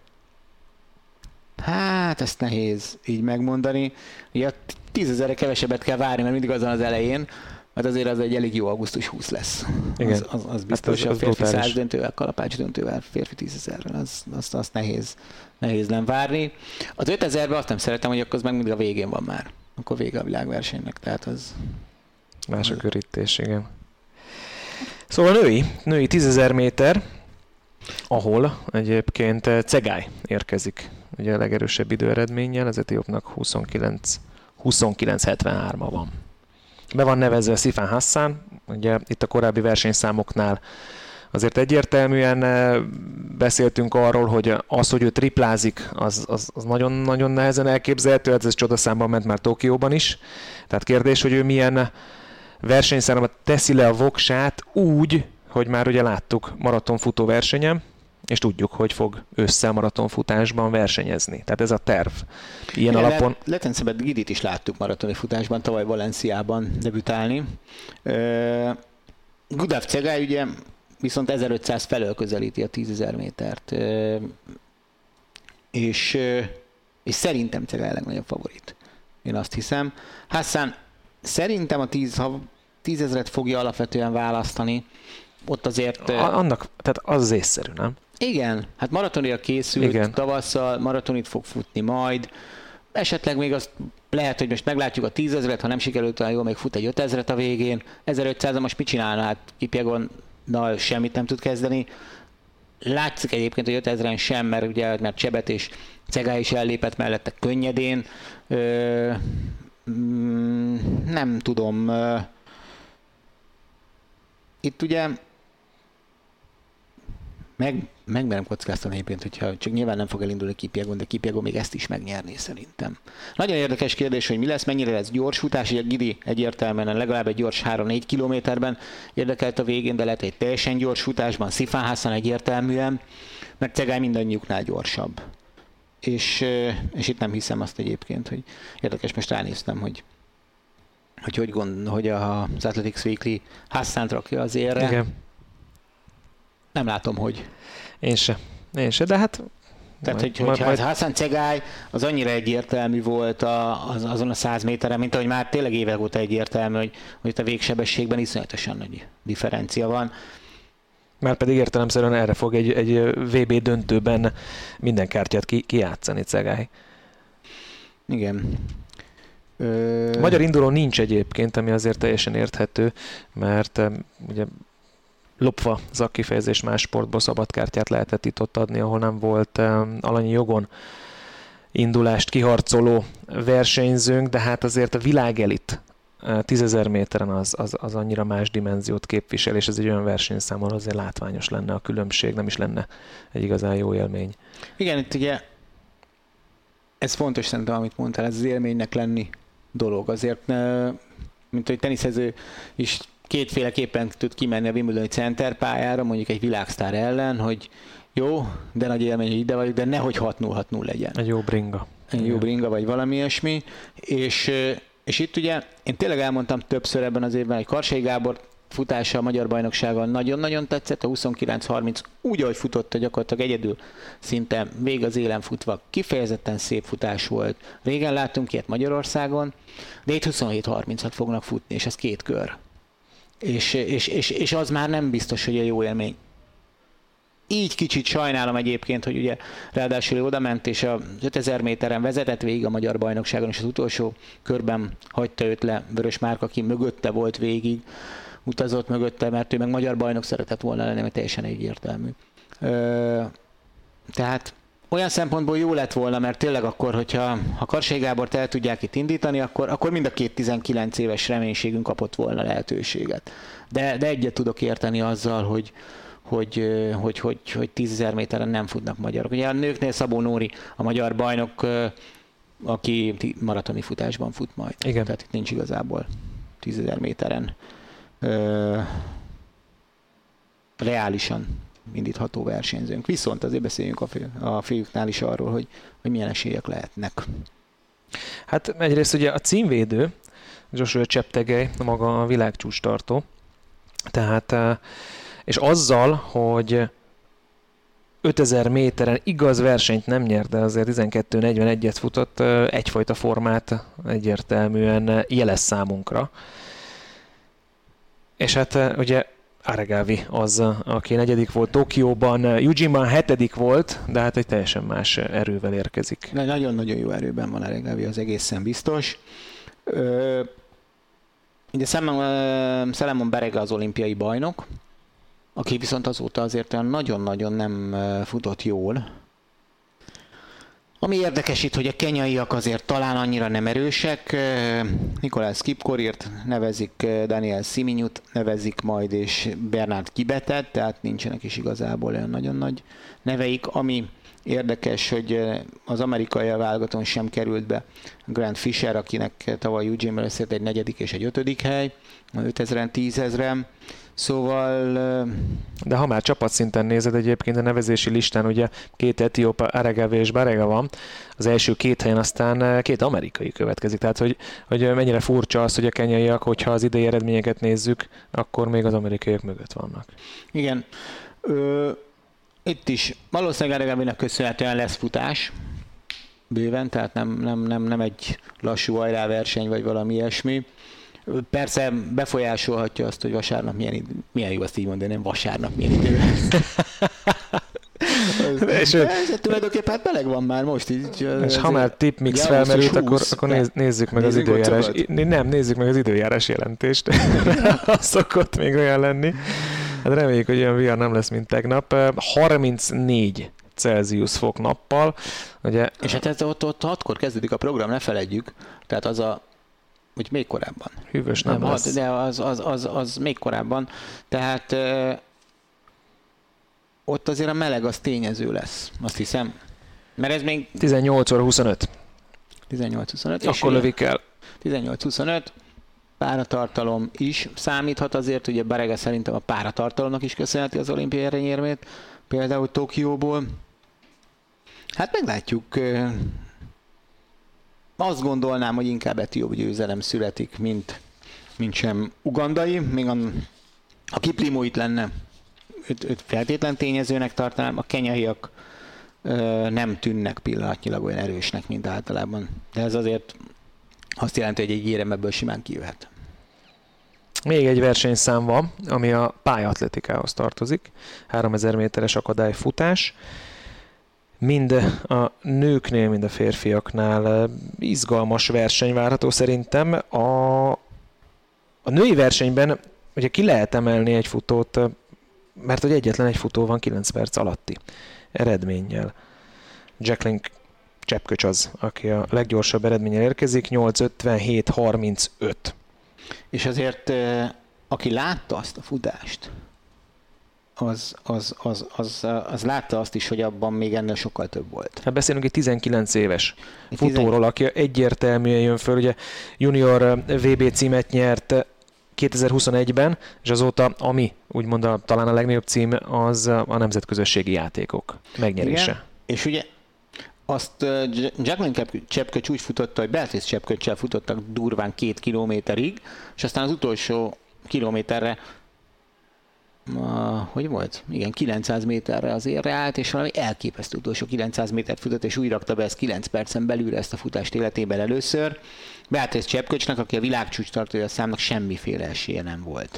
Hát, ezt nehéz így megmondani. Ugye 10 000-re kevesebbet kell várni, mert mindig azon az elején, mert azért az egy elég jó augusztus 20 lesz.
Igen.
Az biztos,
hát
az a férfi 100 döntővel, kalapács döntővel, férfi 10 000-ről, azt nehéz nem várni. Az 5000-ben azt nem szeretem, hogy akkor az meg mindig a végén van már. Akkor vége a világversenynek, tehát az...
Más a körítés, igen. Szóval női 10 000 méter, ahol egyébként Cegály érkezik. Ugye a legerősebb időeredménnyel, az etiópnak 29.73-a van. Be van nevezve Sifan Hassan, ugye itt a korábbi versenyszámoknál azért egyértelműen beszéltünk arról, hogy hogy ő triplázik, az nagyon-nagyon nehezen elképzelhető, ez csodaszámban ment már Tokióban is. Tehát kérdés, hogy ő milyen versenyszámban teszi le a voksát úgy, hogy már ugye láttuk maratonfutó versenyen, és tudjuk, hogy fog maratonfutásban versenyezni. Tehát ez a terv. Ilyen alapon...
Letenszebet Gidit is láttuk maratoni futásban, tavaly Valenciában debütálni. Gudav Cegály ugye viszont 1500 felől közelíti a 10 000 métert. És szerintem Cegály a legnagyobb favorit. Én azt hiszem. Hassan szerintem a 10 000-et fogja alapvetően választani. Ott azért...
tehát az észszerű, nem?
Igen, hát maratonira készült, igen. Tavasszal maratonit fog futni majd. Esetleg még azt lehet, hogy most meglátjuk a 10 000-et, ha nem sikerült olyan jól, még fut egy 5000-et a végén. 1500-a most mit csinálna? Hát Kipjegonnal semmit nem tud kezdeni. Látszik egyébként, hogy 5000-en sem, mert Csebet és Cegály is ellépett mellette könnyedén. Nem tudom. Itt ugye megmerem kockáztani egyébként, hogyha csak nyilván nem fog elindulni Kipjegon, de Kipjegon még ezt is megnyerné szerintem. Nagyon érdekes kérdés, hogy mi lesz, mennyire lesz gyors futás, ugye Gidi egyértelműen legalább egy gyors 3-4 kilométerben érdekelt a végén, de lehet egy teljesen gyors futásban, Sifan Hassan egyértelműen, mert Cegály mindannyiuknál gyorsabb. És itt nem hiszem azt egyébként, hogy érdekes, most ránéztem, hogy az Athletics Weekly Hassant rakja az érre.
Igen.
Nem látom, hogy.
Én se, de hát...
Tehát, hogy Hassan Cegály az annyira egyértelmű volt azon a 100 méteren, mint ahogy már tényleg évek óta egyértelmű, hogy itt a végsebességben iszonyatosan nagy differencia van.
Már pedig értelemszerűen erre fog egy VB döntőben minden kártyát kijátszani Cegály.
Igen.
Magyar induló nincs egyébként, ami azért teljesen érthető, mert ugye lopva zakkifejezés más sportból szabadkártyát lehetett itt ott adni, ahol nem volt alanyi jogon indulást kiharcoló versenyzőnk, de hát azért a világelit 10 000 méteren az annyira más dimenziót képvisel, és ez egy olyan versenyszám, ahol azért látványos lenne a különbség, nem is lenne egy igazán jó élmény.
Igen, itt ugye ez fontos szerintem, amit mondtál, ez az élménynek lenni dolog. Azért, mint hogy teniszező is kétféleképpen tud kimenni a Wimbledoni centerpályára, mondjuk egy világsztár ellen, hogy jó, de nagy élmény, hogy ide vagyok, de nehogy 6-0 legyen.
Egy jó bringa.
Egy jó bringa, vagy valami ilyesmi. És itt ugye, én tényleg elmondtam többször ebben az évben, hogy Karsai Gábor futása a magyar bajnokságon nagyon-nagyon tetszett, a 29-30 úgy, ahogy futott, gyakorlatilag egyedül szinte vég az élen futva, kifejezetten szép futás volt. Régen láttunk ilyet Magyarországon, de itt 27-30-at fognak futni, és ez 2 kör. És az már nem biztos, hogy a jó élmény. Így kicsit sajnálom egyébként, hogy ugye ráadásul oda ment, és a 5000 méteren vezetett végig a magyar bajnokságon, és az utolsó körben hagyta őt le Vörös Márk, aki mögötte volt végig, utazott mögötte, mert ő meg magyar bajnok szeretett volna lenni, mert teljesen egyértelmű. Tehát olyan szempontból jó lett volna, mert tényleg akkor, hogyha Karsai Gábort el tudják itt indítani, akkor mind a 2 19 éves reménységünk kapott volna lehetőséget. De egyet tudok érteni azzal, hogy 10 000 méteren nem futnak magyarok. Ugye a nőknél Szabó Nóri a magyar bajnok, aki maratoni futásban fut majd.
Igen.
Tehát itt nincs igazából 10 000 méteren reálisan indítható versenyzőnk. Viszont azért beszéljünk a fiúknál is arról, hogy milyen esélyek lehetnek.
Hát egyrészt ugye a címvédő, Joshua Cheptegei, maga a világcsúcs tartó, tehát és azzal, hogy 5000 méteren igaz versenyt nem nyert, de azért 12:41-et futott, egyfajta formát egyértelműen jelez számunkra. És hát ugye Aregawi az, aki 4. volt Tokióban, Eugene-ban 7. volt, de hát egy teljesen más erővel érkezik.
Nagyon-nagyon jó erőben van Aregawi, az egészen biztos. Ugye Salomon Barega az olimpiai bajnok, aki viszont azóta azért nagyon-nagyon nem futott jól. Ami érdekes itt, hogy a kenyaiak azért talán annyira nem erősek. Nikolás Kipkorírt nevezik, Daniel Siminyut nevezik majd, és Bernard Kibetet, tehát nincsenek is igazából olyan nagyon nagy neveik. Ami érdekes, hogy az amerikai válogatón sem került be Grant Fisher, akinek tavaly Eugene-ben összejött egy 4. és egy 5. hely, 5000-en, 10.000-en. Szóval...
De ha már csapatszinten nézed egyébként a nevezési listán, ugye 2 etióp, Aregawi és Barega van, az első 2 helyen aztán 2 amerikai következik. Tehát, hogy mennyire furcsa az, hogy a kenyaiak, hogyha az idei eredményeket nézzük, akkor még az amerikaiak mögött vannak.
Igen. Itt is valószínűleg Aregawinak köszönhetően lesz futás bőven, tehát nem egy lassú hajráverseny vagy valami ilyesmi. Persze befolyásolhatja azt, hogy vasárnap milyen jó azt így mondani, nem vasárnap milyen idő lesz. És tulajdonképpen hát meleg van már most így.
És ha már tipmix felmerült, akkor nézzük meg az időjárás. Nézzük meg az időjárás jelentést. Az szokott még olyan lenni. Hát reméljük, hogy olyan vihar nem lesz, mint tegnap. 34 Celsius fok nappal. Ugye,
és hát ez ott 6-kor kezdődik a program, ne feledjük. Tehát az vagy még korábban.
Hűvös nem lesz.
De az még korábban. Tehát ott azért a meleg az tényező lesz, azt hiszem. Mert ez még...
18:25.
18:25.
Akkor lövik el.
18:25. Páratartalom is számíthat azért, ugye Barega szerintem a páratartalomnak is köszönheti az olimpiai erényérmét, például Tokióból. Hát meglátjuk. Azt gondolnám, hogy inkább etióp győzelem születik, mint sem ugandai. Még ha Kiplimo itt lenne, őt feltétlen tényezőnek tartanám. A kenyaiak nem tűnnek pillanatnyilag olyan erősnek, mint általában. De ez azért azt jelenti, hogy egy érem ebből simán kijöhet.
Még egy versenyszám van, ami a pályatletikához tartozik. 3000 méteres akadályfutás. Mind a nőknél, mind a férfiaknál izgalmas verseny várható szerintem. A női versenyben ugye ki lehet emelni egy futót, mert hogy egyetlen egy futó van 9 perc alatti eredménnyel. Jacqueline Chepköcs az, aki a leggyorsabb eredménnyel érkezik, 8:57:35.
És azért, aki látta azt a futást, az látta azt is, hogy abban még ennél sokkal több volt.
Hát beszélünk egy 19 éves futóról, aki egyértelműen jön föl, ugye junior VB címet nyert 2021-ben, és azóta, ami úgymond talán a legnagyobb cím, az a nemzetközösségi játékok megnyerése.
Igen. És ugye azt Jacqueline Chepköcs úgy futotta, hogy Beatrice Chepköccsel futottak durván 2 kilométerig, és aztán az utolsó kilométerre hogy volt? Igen, 900 méterre az érre állt, és valami elképesztő utolsó 900 métert futott, és úgy rakta be ezt 9 percen belülre ezt a futást életében először. Beatrice Chepköcsnek, aki a világcsúcs tartója, a számnak semmiféle esélye nem volt.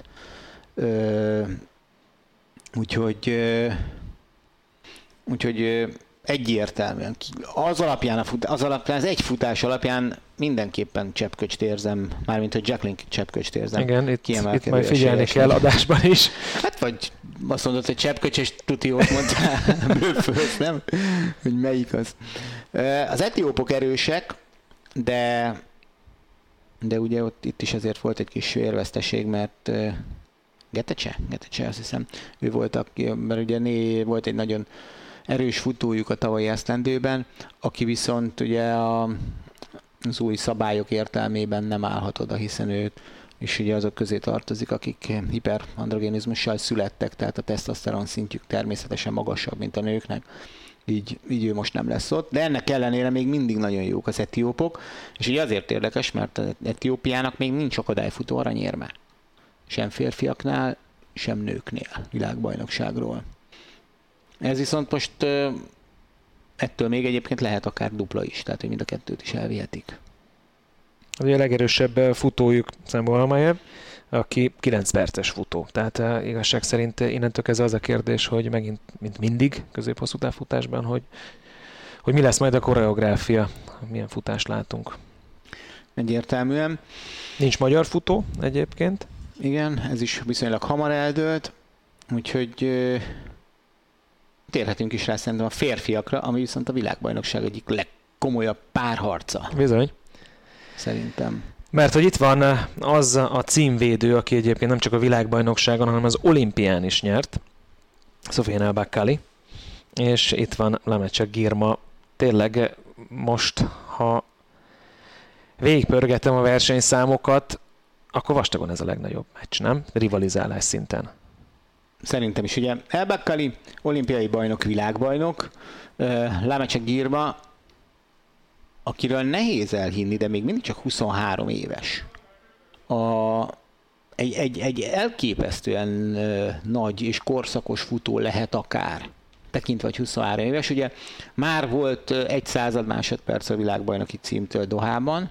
Úgyhogy egyértelműen az egy futás alapján mindenképpen Chepköcst érzem, mármint hogy Jacqueline Chepköcst érzem.
Igen, itt majd figyelni kell adásban is.
Hát vagy azt mondod, hogy Chepköcs és Tutiót mondtál bőfölsz, nem? Hogy melyik az. Az etiópok erősek, de ugye itt is azért volt egy kis vérveszteség, mert Getece, azt hiszem, ő volt, mert ugye volt egy nagyon erős futójuk a tavalyi esztendőben, aki viszont ugye az új szabályok értelmében nem állhat oda, hiszen őt és ugye azok közé tartozik, akik hiperandrogenizmussal születtek, tehát a tesztoszteron szintjük természetesen magasabb, mint a nőknek. Így ő most nem lesz ott, de ennek ellenére még mindig nagyon jók az etiópok, és így azért érdekes, mert az Etiópiának még nincs akadályfutó aranyérme. Sem férfiaknál, sem nőknél világbajnokságról. Ez viszont most ettől még egyébként lehet akár dupla is, tehát hogy mind a kettőt is elvihetik.
Ugye a legerősebb futójuk Sam Walmajev, aki 9 perces futó. Tehát igazság szerint innentől kezdve az a kérdés, hogy megint, mint mindig közép-hosszú távfutásban, hogy mi lesz majd a koreográfia, milyen futást látunk.
Egyértelműen.
Nincs magyar futó egyébként.
Igen, ez is viszonylag hamar eldőlt, úgyhogy térhetünk is rá szerintem a férfiakra, ami viszont a világbajnokság egyik legkomolyabb párharca.
Bizony.
Szerintem.
Mert hogy itt van az a címvédő, aki egyébként nem csak a világbajnokságon, hanem az olimpián is nyert, Soufiane El Bakkali, és itt van Lamecek Girma. Tényleg most, ha végigpörgetem a versenyszámokat, akkor vastagon ez a legnagyobb meccs, nem? Rivalizálás szinten.
Szerintem is, ugye El Bakkali olimpiai bajnok, világbajnok, Lamecek Girma, akiről nehéz elhinni, de még mindig csak 23 éves. Egy elképesztően nagy és korszakos futó lehet akár, tekintve, hogy 23 éves. Ugye már volt 1 század másodperc a világbajnoki címtől Dohában,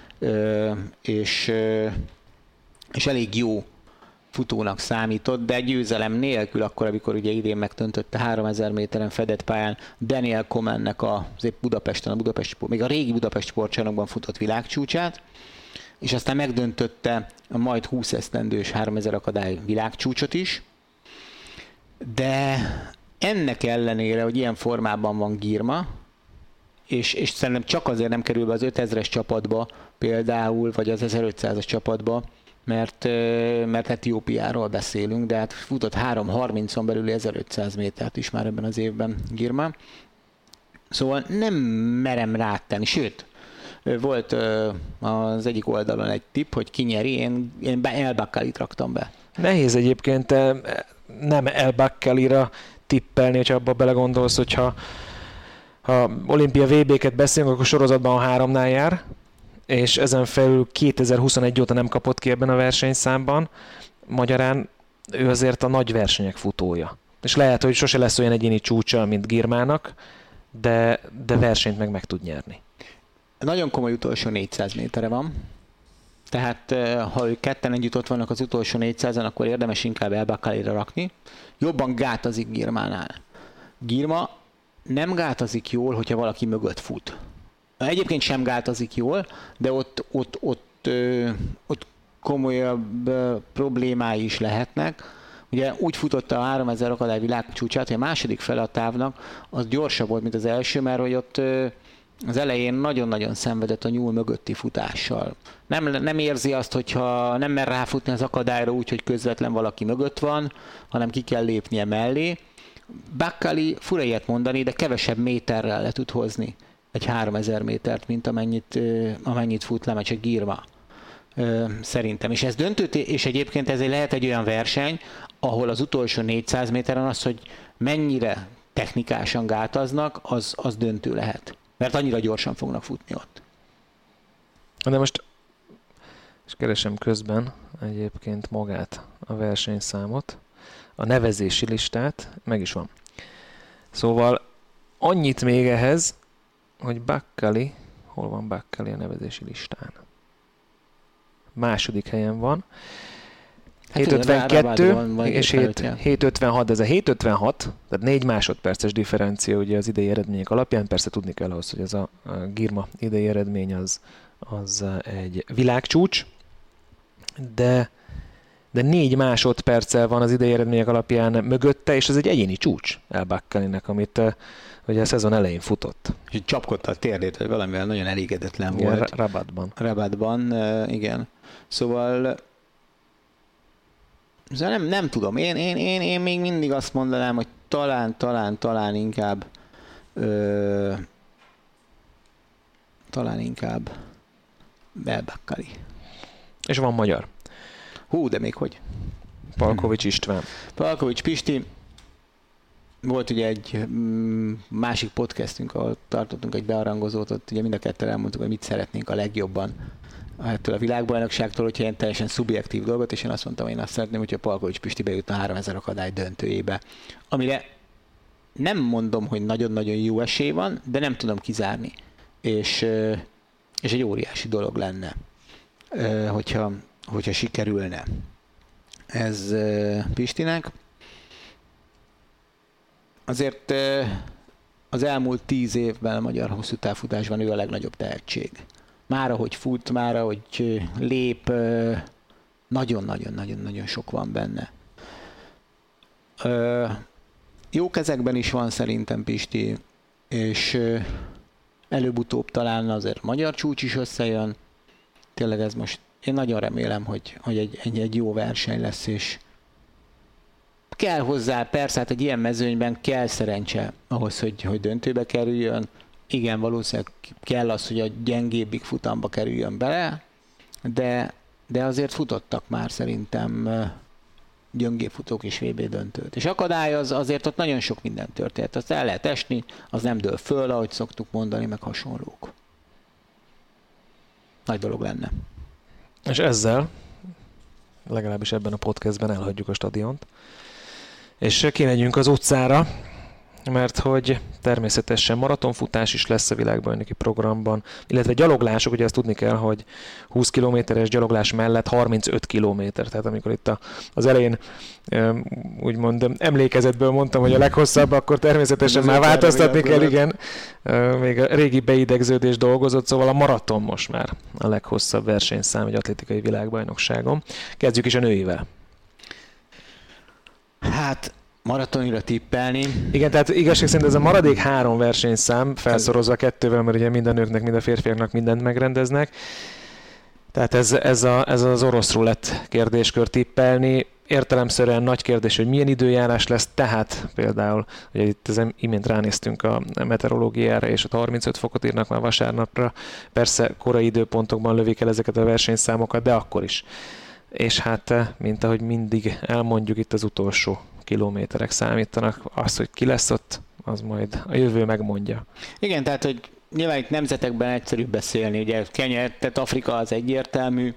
és elég jó futónak számított, de győzelem nélkül, akkor, amikor ugye idén megdöntötte 3000 méteren fedett pályán Daniel Komennek az Budapesten, még a régi Budapest sportcsarnokban futott világcsúcsát, és aztán megdöntötte a majd 20 esztendős 3000 akadály világcsúcsot is, de ennek ellenére, hogy ilyen formában van Girma, és szerintem csak azért nem kerül be az 5000-es csapatba például, vagy az 1500-as csapatba, mert Etiópiáról beszélünk, de hát futott 3:30-on belül 1500 métert is már ebben az évben Girma. Szóval nem merem rátenni, sőt, volt az egyik oldalon egy tipp, hogy ki nyeri, én El Bakkalit raktam be.
Nehéz egyébként nem El Bakkalira tippelni, hogyha abba belegondolsz, hogyha olimpia VB-ket beszélünk, akkor sorozatban a 3-nál jár, és ezen felül 2021 óta nem kapott ki ebben a versenyszámban. Magyarán ő azért a nagy versenyek futója. És lehet, hogy sose lesz olyan egyéni csúcsa, mint Girmának, de versenyt meg tud nyerni.
Nagyon komoly utolsó 400 méterre van. Tehát ha ők ketten együtt ott vannak az utolsó 400-en, akkor érdemes inkább El Bakkalira rakni. Jobban gátazik Girmánál. Girma nem gátazik jól, hogyha valaki mögött fut. Egyébként sem gátazik jól, de ott komolyabb problémái is lehetnek. Ugye úgy futotta a 3000 akadály világcsúcsát, hogy a második fele a távnak az gyorsabb volt, mint az első, mert hogy ott az elején nagyon-nagyon szenvedett a nyúl mögötti futással. Nem érzi azt, hogyha nem mer ráfutni az akadályra úgy, hogy közvetlen valaki mögött van, hanem ki kell lépnie mellé. Bakkali, fura ilyet mondani, de kevesebb méterrel le tud hozni egy 3000 métert, mint amennyit fut Lamecek Girma. Szerintem. És ez döntő, és egyébként ez lehet egy olyan verseny, ahol az utolsó 400 méteren az, hogy mennyire technikásan gátaznak, az döntő lehet. Mert annyira gyorsan fognak futni ott.
De most és keresem közben egyébként magát a versenyszámot, a nevezési listát, meg is van. Szóval annyit még ehhez, hogy Bakkali, hol van Bakkali a nevezési listán? Második helyen van. 752 és 756, ez a 756, tehát 4 másodperces differencia ugye az idei eredmények alapján, persze tudni kell ahhoz, hogy ez a Girma idei eredmény az egy világcsúcs, de 4 másodperccel van az idei eredmények alapján mögötte, és ez egy egyéni csúcs El Bakkalinek, amit ugye a szezon elején futott.
És csapkodta a térdét, hogy valamivel nagyon elégedetlen
igen,
volt. Rabatban, igen. Szóval nem tudom. Én még mindig azt mondanám, hogy talán inkább El Bakkali.
És van magyar.
Hú, de még hogy?
Palkovics István.
Palkovics Pisti. Volt ugye egy másik podcastünk, ahol tartottunk egy bearangozót, ott ugye mind a ketten elmondtuk, hogy mit szeretnénk a legjobban ettől a világbajnokságtól, hogyha ilyen teljesen szubjektív dolgot, és én azt mondtam, én azt szeretném, hogyha Palkovics Pisti bejutna 3000 akadály döntőjébe. Amire nem mondom, hogy nagyon-nagyon jó esély van, de nem tudom kizárni. És egy óriási dolog lenne, hogyha sikerülne ez Pistinek. Azért az elmúlt 10 évben a magyar hosszú távfutásban ő a legnagyobb tehetség. Már ahogy fut, már ahogy lép, nagyon-nagyon-nagyon sok van benne. Jó kezekben is van szerintem Pisti, és előbb-utóbb talán azért magyar csúcs is összejön. Tényleg ez most, én nagyon remélem, hogy egy jó verseny lesz, és kell hozzá, persze, hát egy ilyen mezőnyben kell szerencse ahhoz, hogy döntőbe kerüljön. Igen, valószínűleg kell az, hogy a gyengébbik futamba kerüljön bele, de azért futottak már szerintem gyöngébb futók is VB döntőt. És akadály azért ott nagyon sok minden történt. Azt el lehet esni, az nem dől föl, ahogy szoktuk mondani, meg hasonlók. Nagy dolog lenne.
És ezzel, legalábbis ebben a podcastben elhagyjuk a stadiont, és kimegyünk az utcára, mert hogy természetesen maratonfutás is lesz a világbajnoki programban, illetve gyaloglások, ugye ezt tudni kell, hogy 20 kilométeres gyaloglás mellett 35 kilométer, tehát amikor itt az elején úgymond emlékezetből mondtam, hogy a leghosszabb, akkor természetesen már változtatni kell, igen, még a régi beidegződés dolgozott, szóval a maraton most már a leghosszabb versenyszám egy atlétikai világbajnokságon. Kezdjük is a nőivel.
Hát maratonira tippelni. Igen,
tehát igazság szerint ez a maradék 3 versenyszám felszorozva 2-vel, mert ugye mind a nőknek, mind a férfiaknak mindent megrendeznek. Tehát ez az orosz rulett kérdéskör tippelni. Értelemszerűen nagy kérdés, hogy milyen időjárás lesz, tehát például, ugye itt az imént ránéztünk a meteorológiára, és ott 35 fokot írnak már vasárnapra. Persze korai időpontokban lövik el ezeket a versenyszámokat, de akkor is. És hát, mint ahogy mindig elmondjuk, itt az utolsó kilométerek számítanak. Az, hogy ki lesz ott, az majd a jövő megmondja.
Igen, tehát, hogy nyilván itt nemzetekben egyszerűbb beszélni. Ugye Kenya, tehát Afrika az egyértelmű,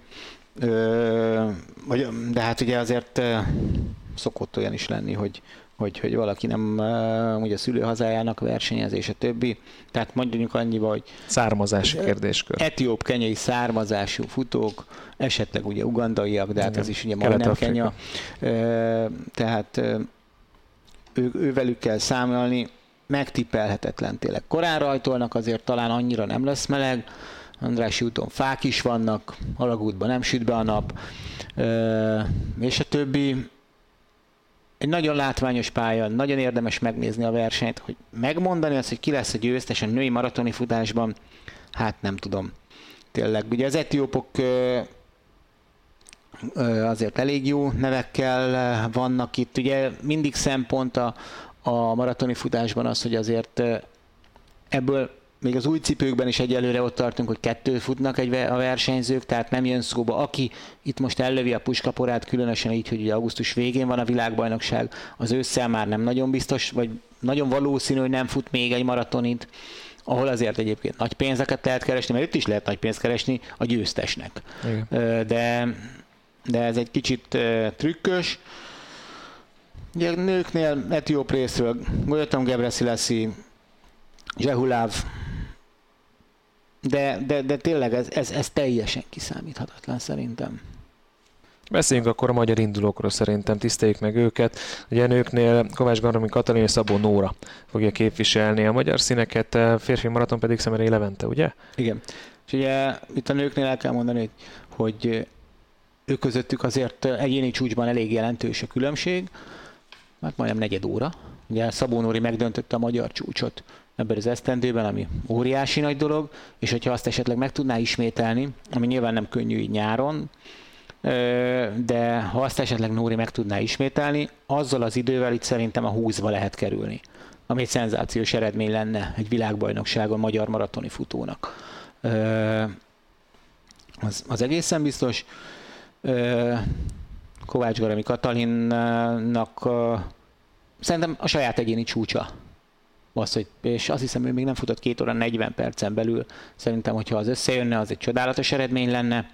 de hát ugye azért szokott olyan is lenni, hogy valaki nem ugye a szülőhazájának versenyezés, a többi. Tehát mondjuk annyiba, hogy
származási kérdéskör.
Etióp-kenyai származású futók, esetleg ugye ugandaiak, de hát ez is ugye majdnem Kenya. Tehát ővelük kell számolni, megtippelhetetlen tényleg. Korán rajtolnak, azért talán annyira nem lesz meleg, Andrássy úton fák is vannak, Alagútban nem süt be a nap, és a többi. Egy nagyon látványos pálya, nagyon érdemes megnézni a versenyt, hogy megmondani azt, hogy ki lesz a győztes a női maratoni futásban, hát nem tudom. Tényleg, ugye az etiópok azért elég jó nevekkel vannak itt, ugye mindig szempont a maratoni futásban az, hogy azért ebből még az új cipőkben is egyelőre ott tartunk, hogy 2 futnak a versenyzők, tehát nem jön szóba. Aki itt most ellövi a puskaporát, különösen így, hogy ugye augusztus végén van a világbajnokság, az ősszel már nem nagyon biztos, vagy nagyon valószínű, hogy nem fut még egy maratonit, ahol azért egyébként nagy pénzeket lehet keresni, mert itt is lehet nagy pénzt keresni a győztesnek. De ez egy kicsit trükkös. Ugye a nőknél etióp részről Golyottam Gebreselassie, Zsehuláv, de tényleg ez teljesen kiszámíthatatlan szerintem.
Beszéljünk akkor a magyar indulókról szerintem, tiszteljük meg őket. Ugye a nőknél Kovács Gandomi Katalin és Szabó Nóra fogja képviselni a magyar színeket, férfi maraton pedig Szemerei Levente, ugye?
Igen. És ugye itt a nőknél el kell mondani, hogy ők közöttük azért egyéni csúcsban elég jelentős a különbség, hát majdnem 4 óra. Ugye Szabó Nóri megdöntötte a magyar csúcsot ebben az esztendőben, ami óriási nagy dolog, és hogyha azt esetleg meg tudná ismételni, ami nyilván nem könnyű így nyáron, de ha azt esetleg Nóri meg tudná ismételni, azzal az idővel itt szerintem a 20-ba lehet kerülni, ami egy szenzációs eredmény lenne egy világbajnokságon magyar maratoni futónak. Az egészen biztos. Kovács Garami Katalinnak szerintem a saját egyéni csúcsa és azt hiszem, ő még nem futott 2 óra 40 percen belül. Szerintem, hogyha az összejönne, az egy csodálatos eredmény lenne.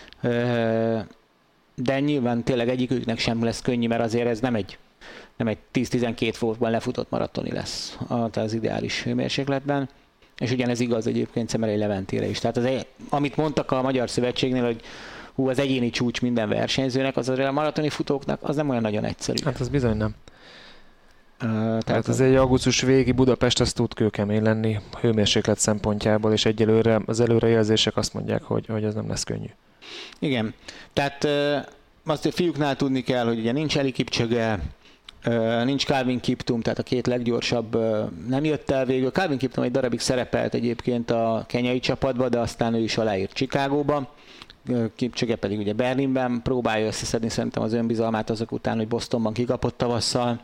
De nyilván tényleg egyiküknek sem lesz könnyű, mert azért ez nem egy 10-12 fokban lefutott maratoni lesz az ideális hőmérsékletben. És ugyanez igaz egyébként Szemerei Leventére is. Tehát amit mondtak a Magyar Szövetségnél, hogy az egyéni csúcs minden versenyzőnek, az a maratoni futóknak az nem olyan nagyon egyszerű.
Hát az bizony nem. Tehát ez egy augusztus végi Budapest, az tud kőkemény lenni hőmérséklet szempontjából, és egyelőre az előrejelzések azt mondják, hogy ez nem lesz könnyű.
Igen. Tehát azt a fiúknál tudni kell, hogy ugye nincs Eli Kipchoge, nincs Calvin Kiptum, tehát a 2 leggyorsabb nem jött el végül. Calvin Kiptum egy darabig szerepelt egyébként a kenyai csapatba, de aztán ő is aláírt Chicagóba. Kipchoge pedig ugye Berlinben próbálja összeszedni szerintem az önbizalmát azok után, hogy Bostonban kikapott tavasszal.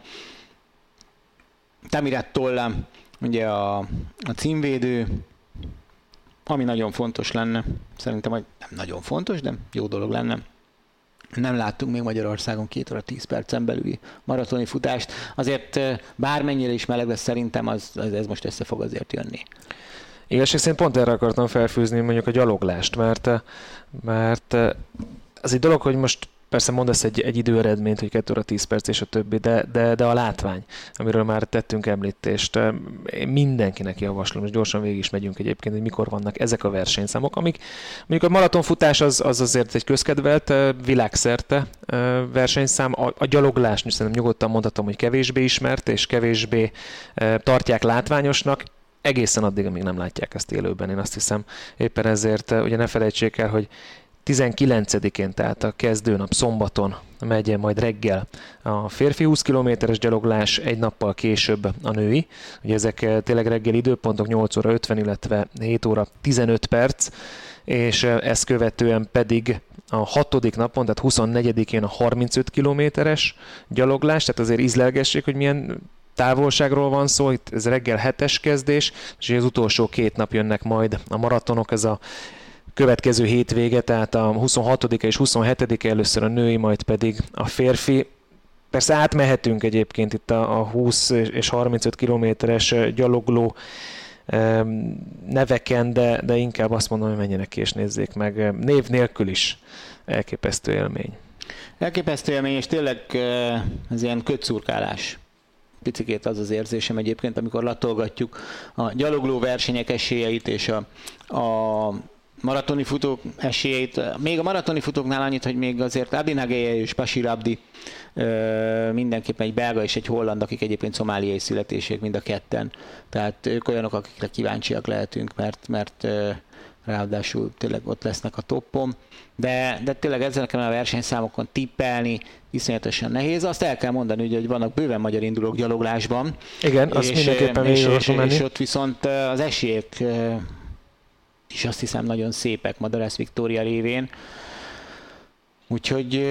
Tamirat Tolla, ugye a címvédő, ami nagyon fontos lenne. Szerintem, hogy nem nagyon fontos, de jó dolog lenne. Nem láttunk még Magyarországon 2 óra 10 percen belüli maratoni futást. Azért bármennyire is meleg lesz, szerintem ez most össze fog azért jönni.
Igazság szerint pont erre akartam felfűzni mondjuk a gyaloglást, mert az egy dolog, hogy most persze mondasz egy időeredményt, hogy 2 óra 10 perc és a többi, de a látvány, amiről már tettünk említést, én mindenkinek javaslom, és gyorsan végig is megyünk egyébként, hogy mikor vannak ezek a versenyszámok, amik mondjuk a maratonfutás az azért egy közkedvelt világszerte versenyszám, a gyaloglás, szerintem nyugodtan mondhatom, hogy kevésbé ismert, és kevésbé tartják látványosnak, egészen addig, amíg nem látják ezt élőben. Én azt hiszem, éppen ezért ugye ne felejtsék el, hogy 19-én, tehát a kezdőnap szombaton megy majd reggel a férfi 20 kilométeres gyaloglás, egy nappal később a női. Ugye ezek tényleg reggeli időpontok 8 óra 50, illetve 7 óra 15 perc, és ezt követően pedig a 6. napon, tehát 24-én a 35 kilométeres gyaloglás, tehát azért ízlelgessék, hogy milyen távolságról van szó, itt ez reggel 7-es kezdés, és az utolsó 2 nap jönnek majd a maratonok, ez a következő hétvége, tehát a 26-a és 27-e először a női, majd pedig a férfi. Persze átmehetünk egyébként itt a 20 és 35 kilométeres gyalogló neveken, de inkább azt mondom, hogy menjenek ki és nézzék meg. Név nélkül is elképesztő élmény.
Elképesztő élmény, és tényleg ez ilyen kötszurkálás. Picikét az érzésem egyébként, amikor latolgatjuk a gyalogló versenyek esélyeit és a maratoni futók esélyeit. Még a maratoni futóknál annyit, hogy még azért Adi Nageye és Bashir Abdi mindenképpen egy belga és egy holland, akik egyébként szomáliai születések mind a ketten. Tehát ők olyanok, akikre kíváncsiak lehetünk, mert ráadásul tényleg ott lesznek a toppon. De tényleg ezeken a versenyszámokon tippelni iszonyatosan nehéz. Azt el kell mondani, hogy vannak bőven magyar indulók gyaloglásban.
Igen, azt mindenképpen
és ott viszont az esélyek és azt hiszem nagyon szépek Madarász Viktória révén. Úgyhogy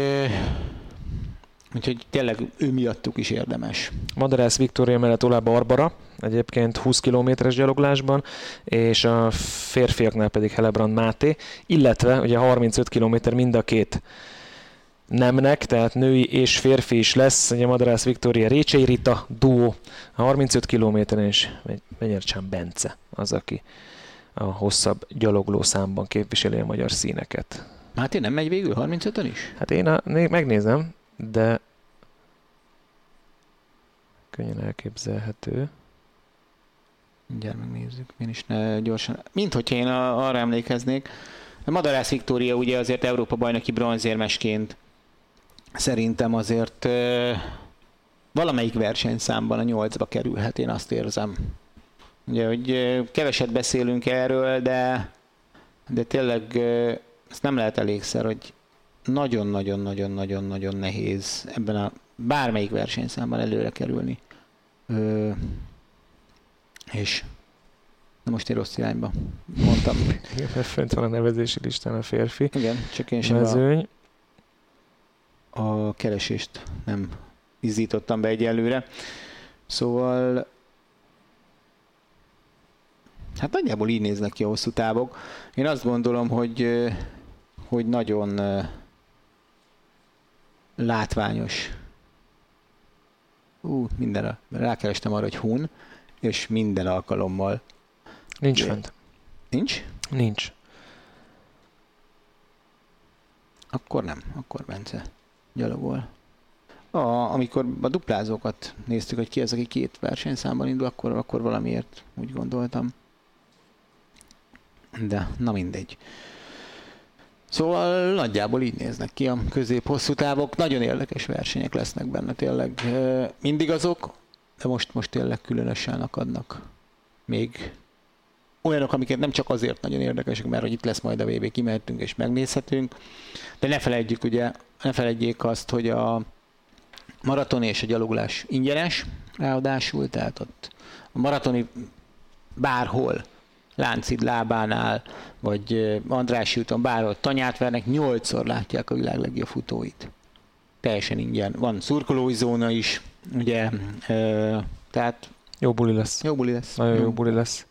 tényleg ő miattuk is érdemes.
Madarász Viktória mellett Oláh Barbara, egyébként 20 kilométeres gyaloglásban, és a férfiaknál pedig Helebrand Máté, illetve ugye 35 kilométer mind a 2 nemnek, tehát női és férfi is lesz, ugye Madarász Viktória Récsei Rita duó, a 35 kilométeren is Menyercsán Bence az, aki a hosszabb gyalogló számban képviseli a magyar színeket.
Máté nem megy végül 35-ön is?
Hát én megnézem, de könnyen elképzelhető.
Mindjárt megnézzük, én is gyorsan. Mint hogyha én arra emlékeznék. A Madarász Viktória ugye azért Európa bajnoki bronzérmesként szerintem azért valamelyik versenyszámban a 8-ba kerülhet, én azt érzem. Ugye, hogy keveset beszélünk erről, de tényleg ezt nem lehet elégszer, hogy nagyon-nagyon-nagyon-nagyon-nagyon nehéz ebben a bármelyik versenyszámban előre kerülni. És na most én rossz irányba mondtam.
Igen, fönt van a nevezési listán a férfi.
Igen, csak én sem
mezőny.
A keresést nem izzítottam be egyelőre. Szóval hát nagyjából így néznek ki a hosszú távok. Én azt gondolom, hogy nagyon látványos. Mindenre rákerestem arra, hogy Hun, és minden alkalommal.
Nincs fent.
Nincs?
Nincs.
Akkor nem, akkor Bence gyalogol. Amikor a duplázókat néztük, hogy ki az, aki 2 versenyszámban indul, akkor valamiért úgy gondoltam. De na mindegy. Szóval nagyjából így néznek ki a közép-hosszú távok. Nagyon érdekes versenyek lesznek benne tényleg. Mindig azok, de most tényleg különösen akadnak még olyanok, amiket nem csak azért nagyon érdekesek, mert hogy itt lesz majd a VB, kimehetünk és megnézhetünk. De ne felejtjék azt, hogy a maraton és a gyalogolás ingyenes, ráadásul, tehát ott a maratoni bárhol, Lánchíd lábánál, vagy Andrássy úton bárhol tanyát vernek, 8-szor látják a világ legjobb futóit. Teljesen ingyen. Van szurkolói zóna is, ugye, tehát...
Jó buli lesz.
Jó buli lesz.
Nagyon jó buli lesz.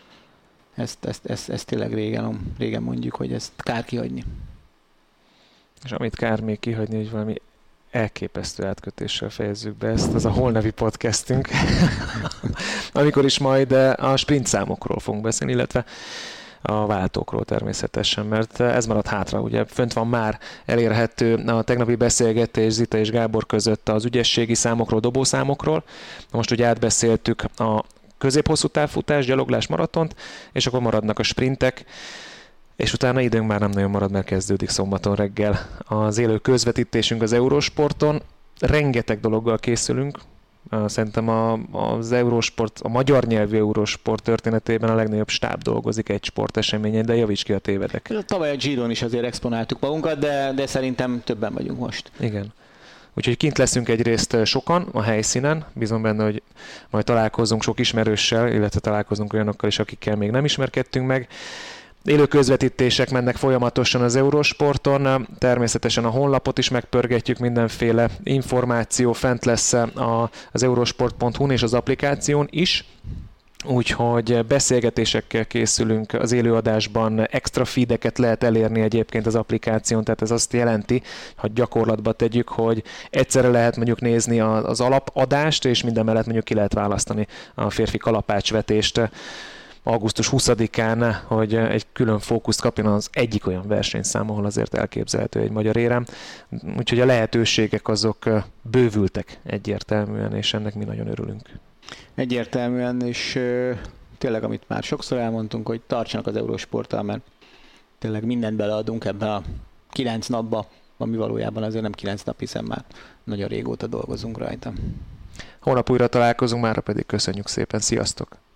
Ezt tényleg régen mondjuk, hogy ezt kár kihagyni.
És amit kár még kihagyni, hogy valami elképesztő átkötéssel fejezzük be ezt, az a holnapi podcastünk, amikor is majd a sprint számokról fogunk beszélni, illetve a váltókról természetesen, mert ez maradt hátra, ugye fönt van már elérhető a tegnapi beszélgetés Zita és Gábor között az ügyességi számokról, dobószámokról. Most ugye átbeszéltük a közép-hosszú távfutás, gyaloglás, maratont, és akkor maradnak a sprintek, és utána időnk már nem nagyon marad, mert kezdődik szombaton reggel az élő közvetítésünk az Eurosporton. Rengeteg dologgal készülünk. Szerintem az Eurosport, a magyar nyelvű Eurosport történetében a legnagyobb stáb dolgozik egy sporteseményen, de javíts ki, a tévedek.
Tavaly a Giron is azért exponáltuk magunkat, de szerintem többen vagyunk most.
Igen. Úgyhogy kint leszünk egyrészt sokan a helyszínen, bízom benne, hogy majd találkozunk sok ismerőssel, illetve találkozunk olyanokkal is, akikkel még nem ismerkedtünk meg. Élő közvetítések mennek folyamatosan az Eurosporton, természetesen a honlapot is megpörgetjük, mindenféle információ fent lesz az eurosport.hu-n és az applikáción is. Úgyhogy beszélgetésekkel készülünk az élőadásban, extra feedeket lehet elérni egyébként az applikáción, tehát ez azt jelenti, hogy gyakorlatba tegyük, hogy egyszerre lehet mondjuk nézni az alapadást, és minden mellett mondjuk ki lehet választani a férfi kalapácsvetést augusztus 20-án, hogy egy külön fókuszt kapjon az egyik olyan versenyszám, ahol azért elképzelhető egy magyar érem. Úgyhogy a lehetőségek azok bővültek egyértelműen, és ennek mi nagyon örülünk.
Egyértelműen, és tényleg, amit már sokszor elmondtunk, hogy tartsanak az Eurosporttal, mert tényleg mindent beleadunk ebbe a 9 napba, ami valójában azért nem 9 nap, hiszen már nagyon régóta dolgozunk rajta.
Holnap újra találkozunk, mára pedig köszönjük szépen, sziasztok!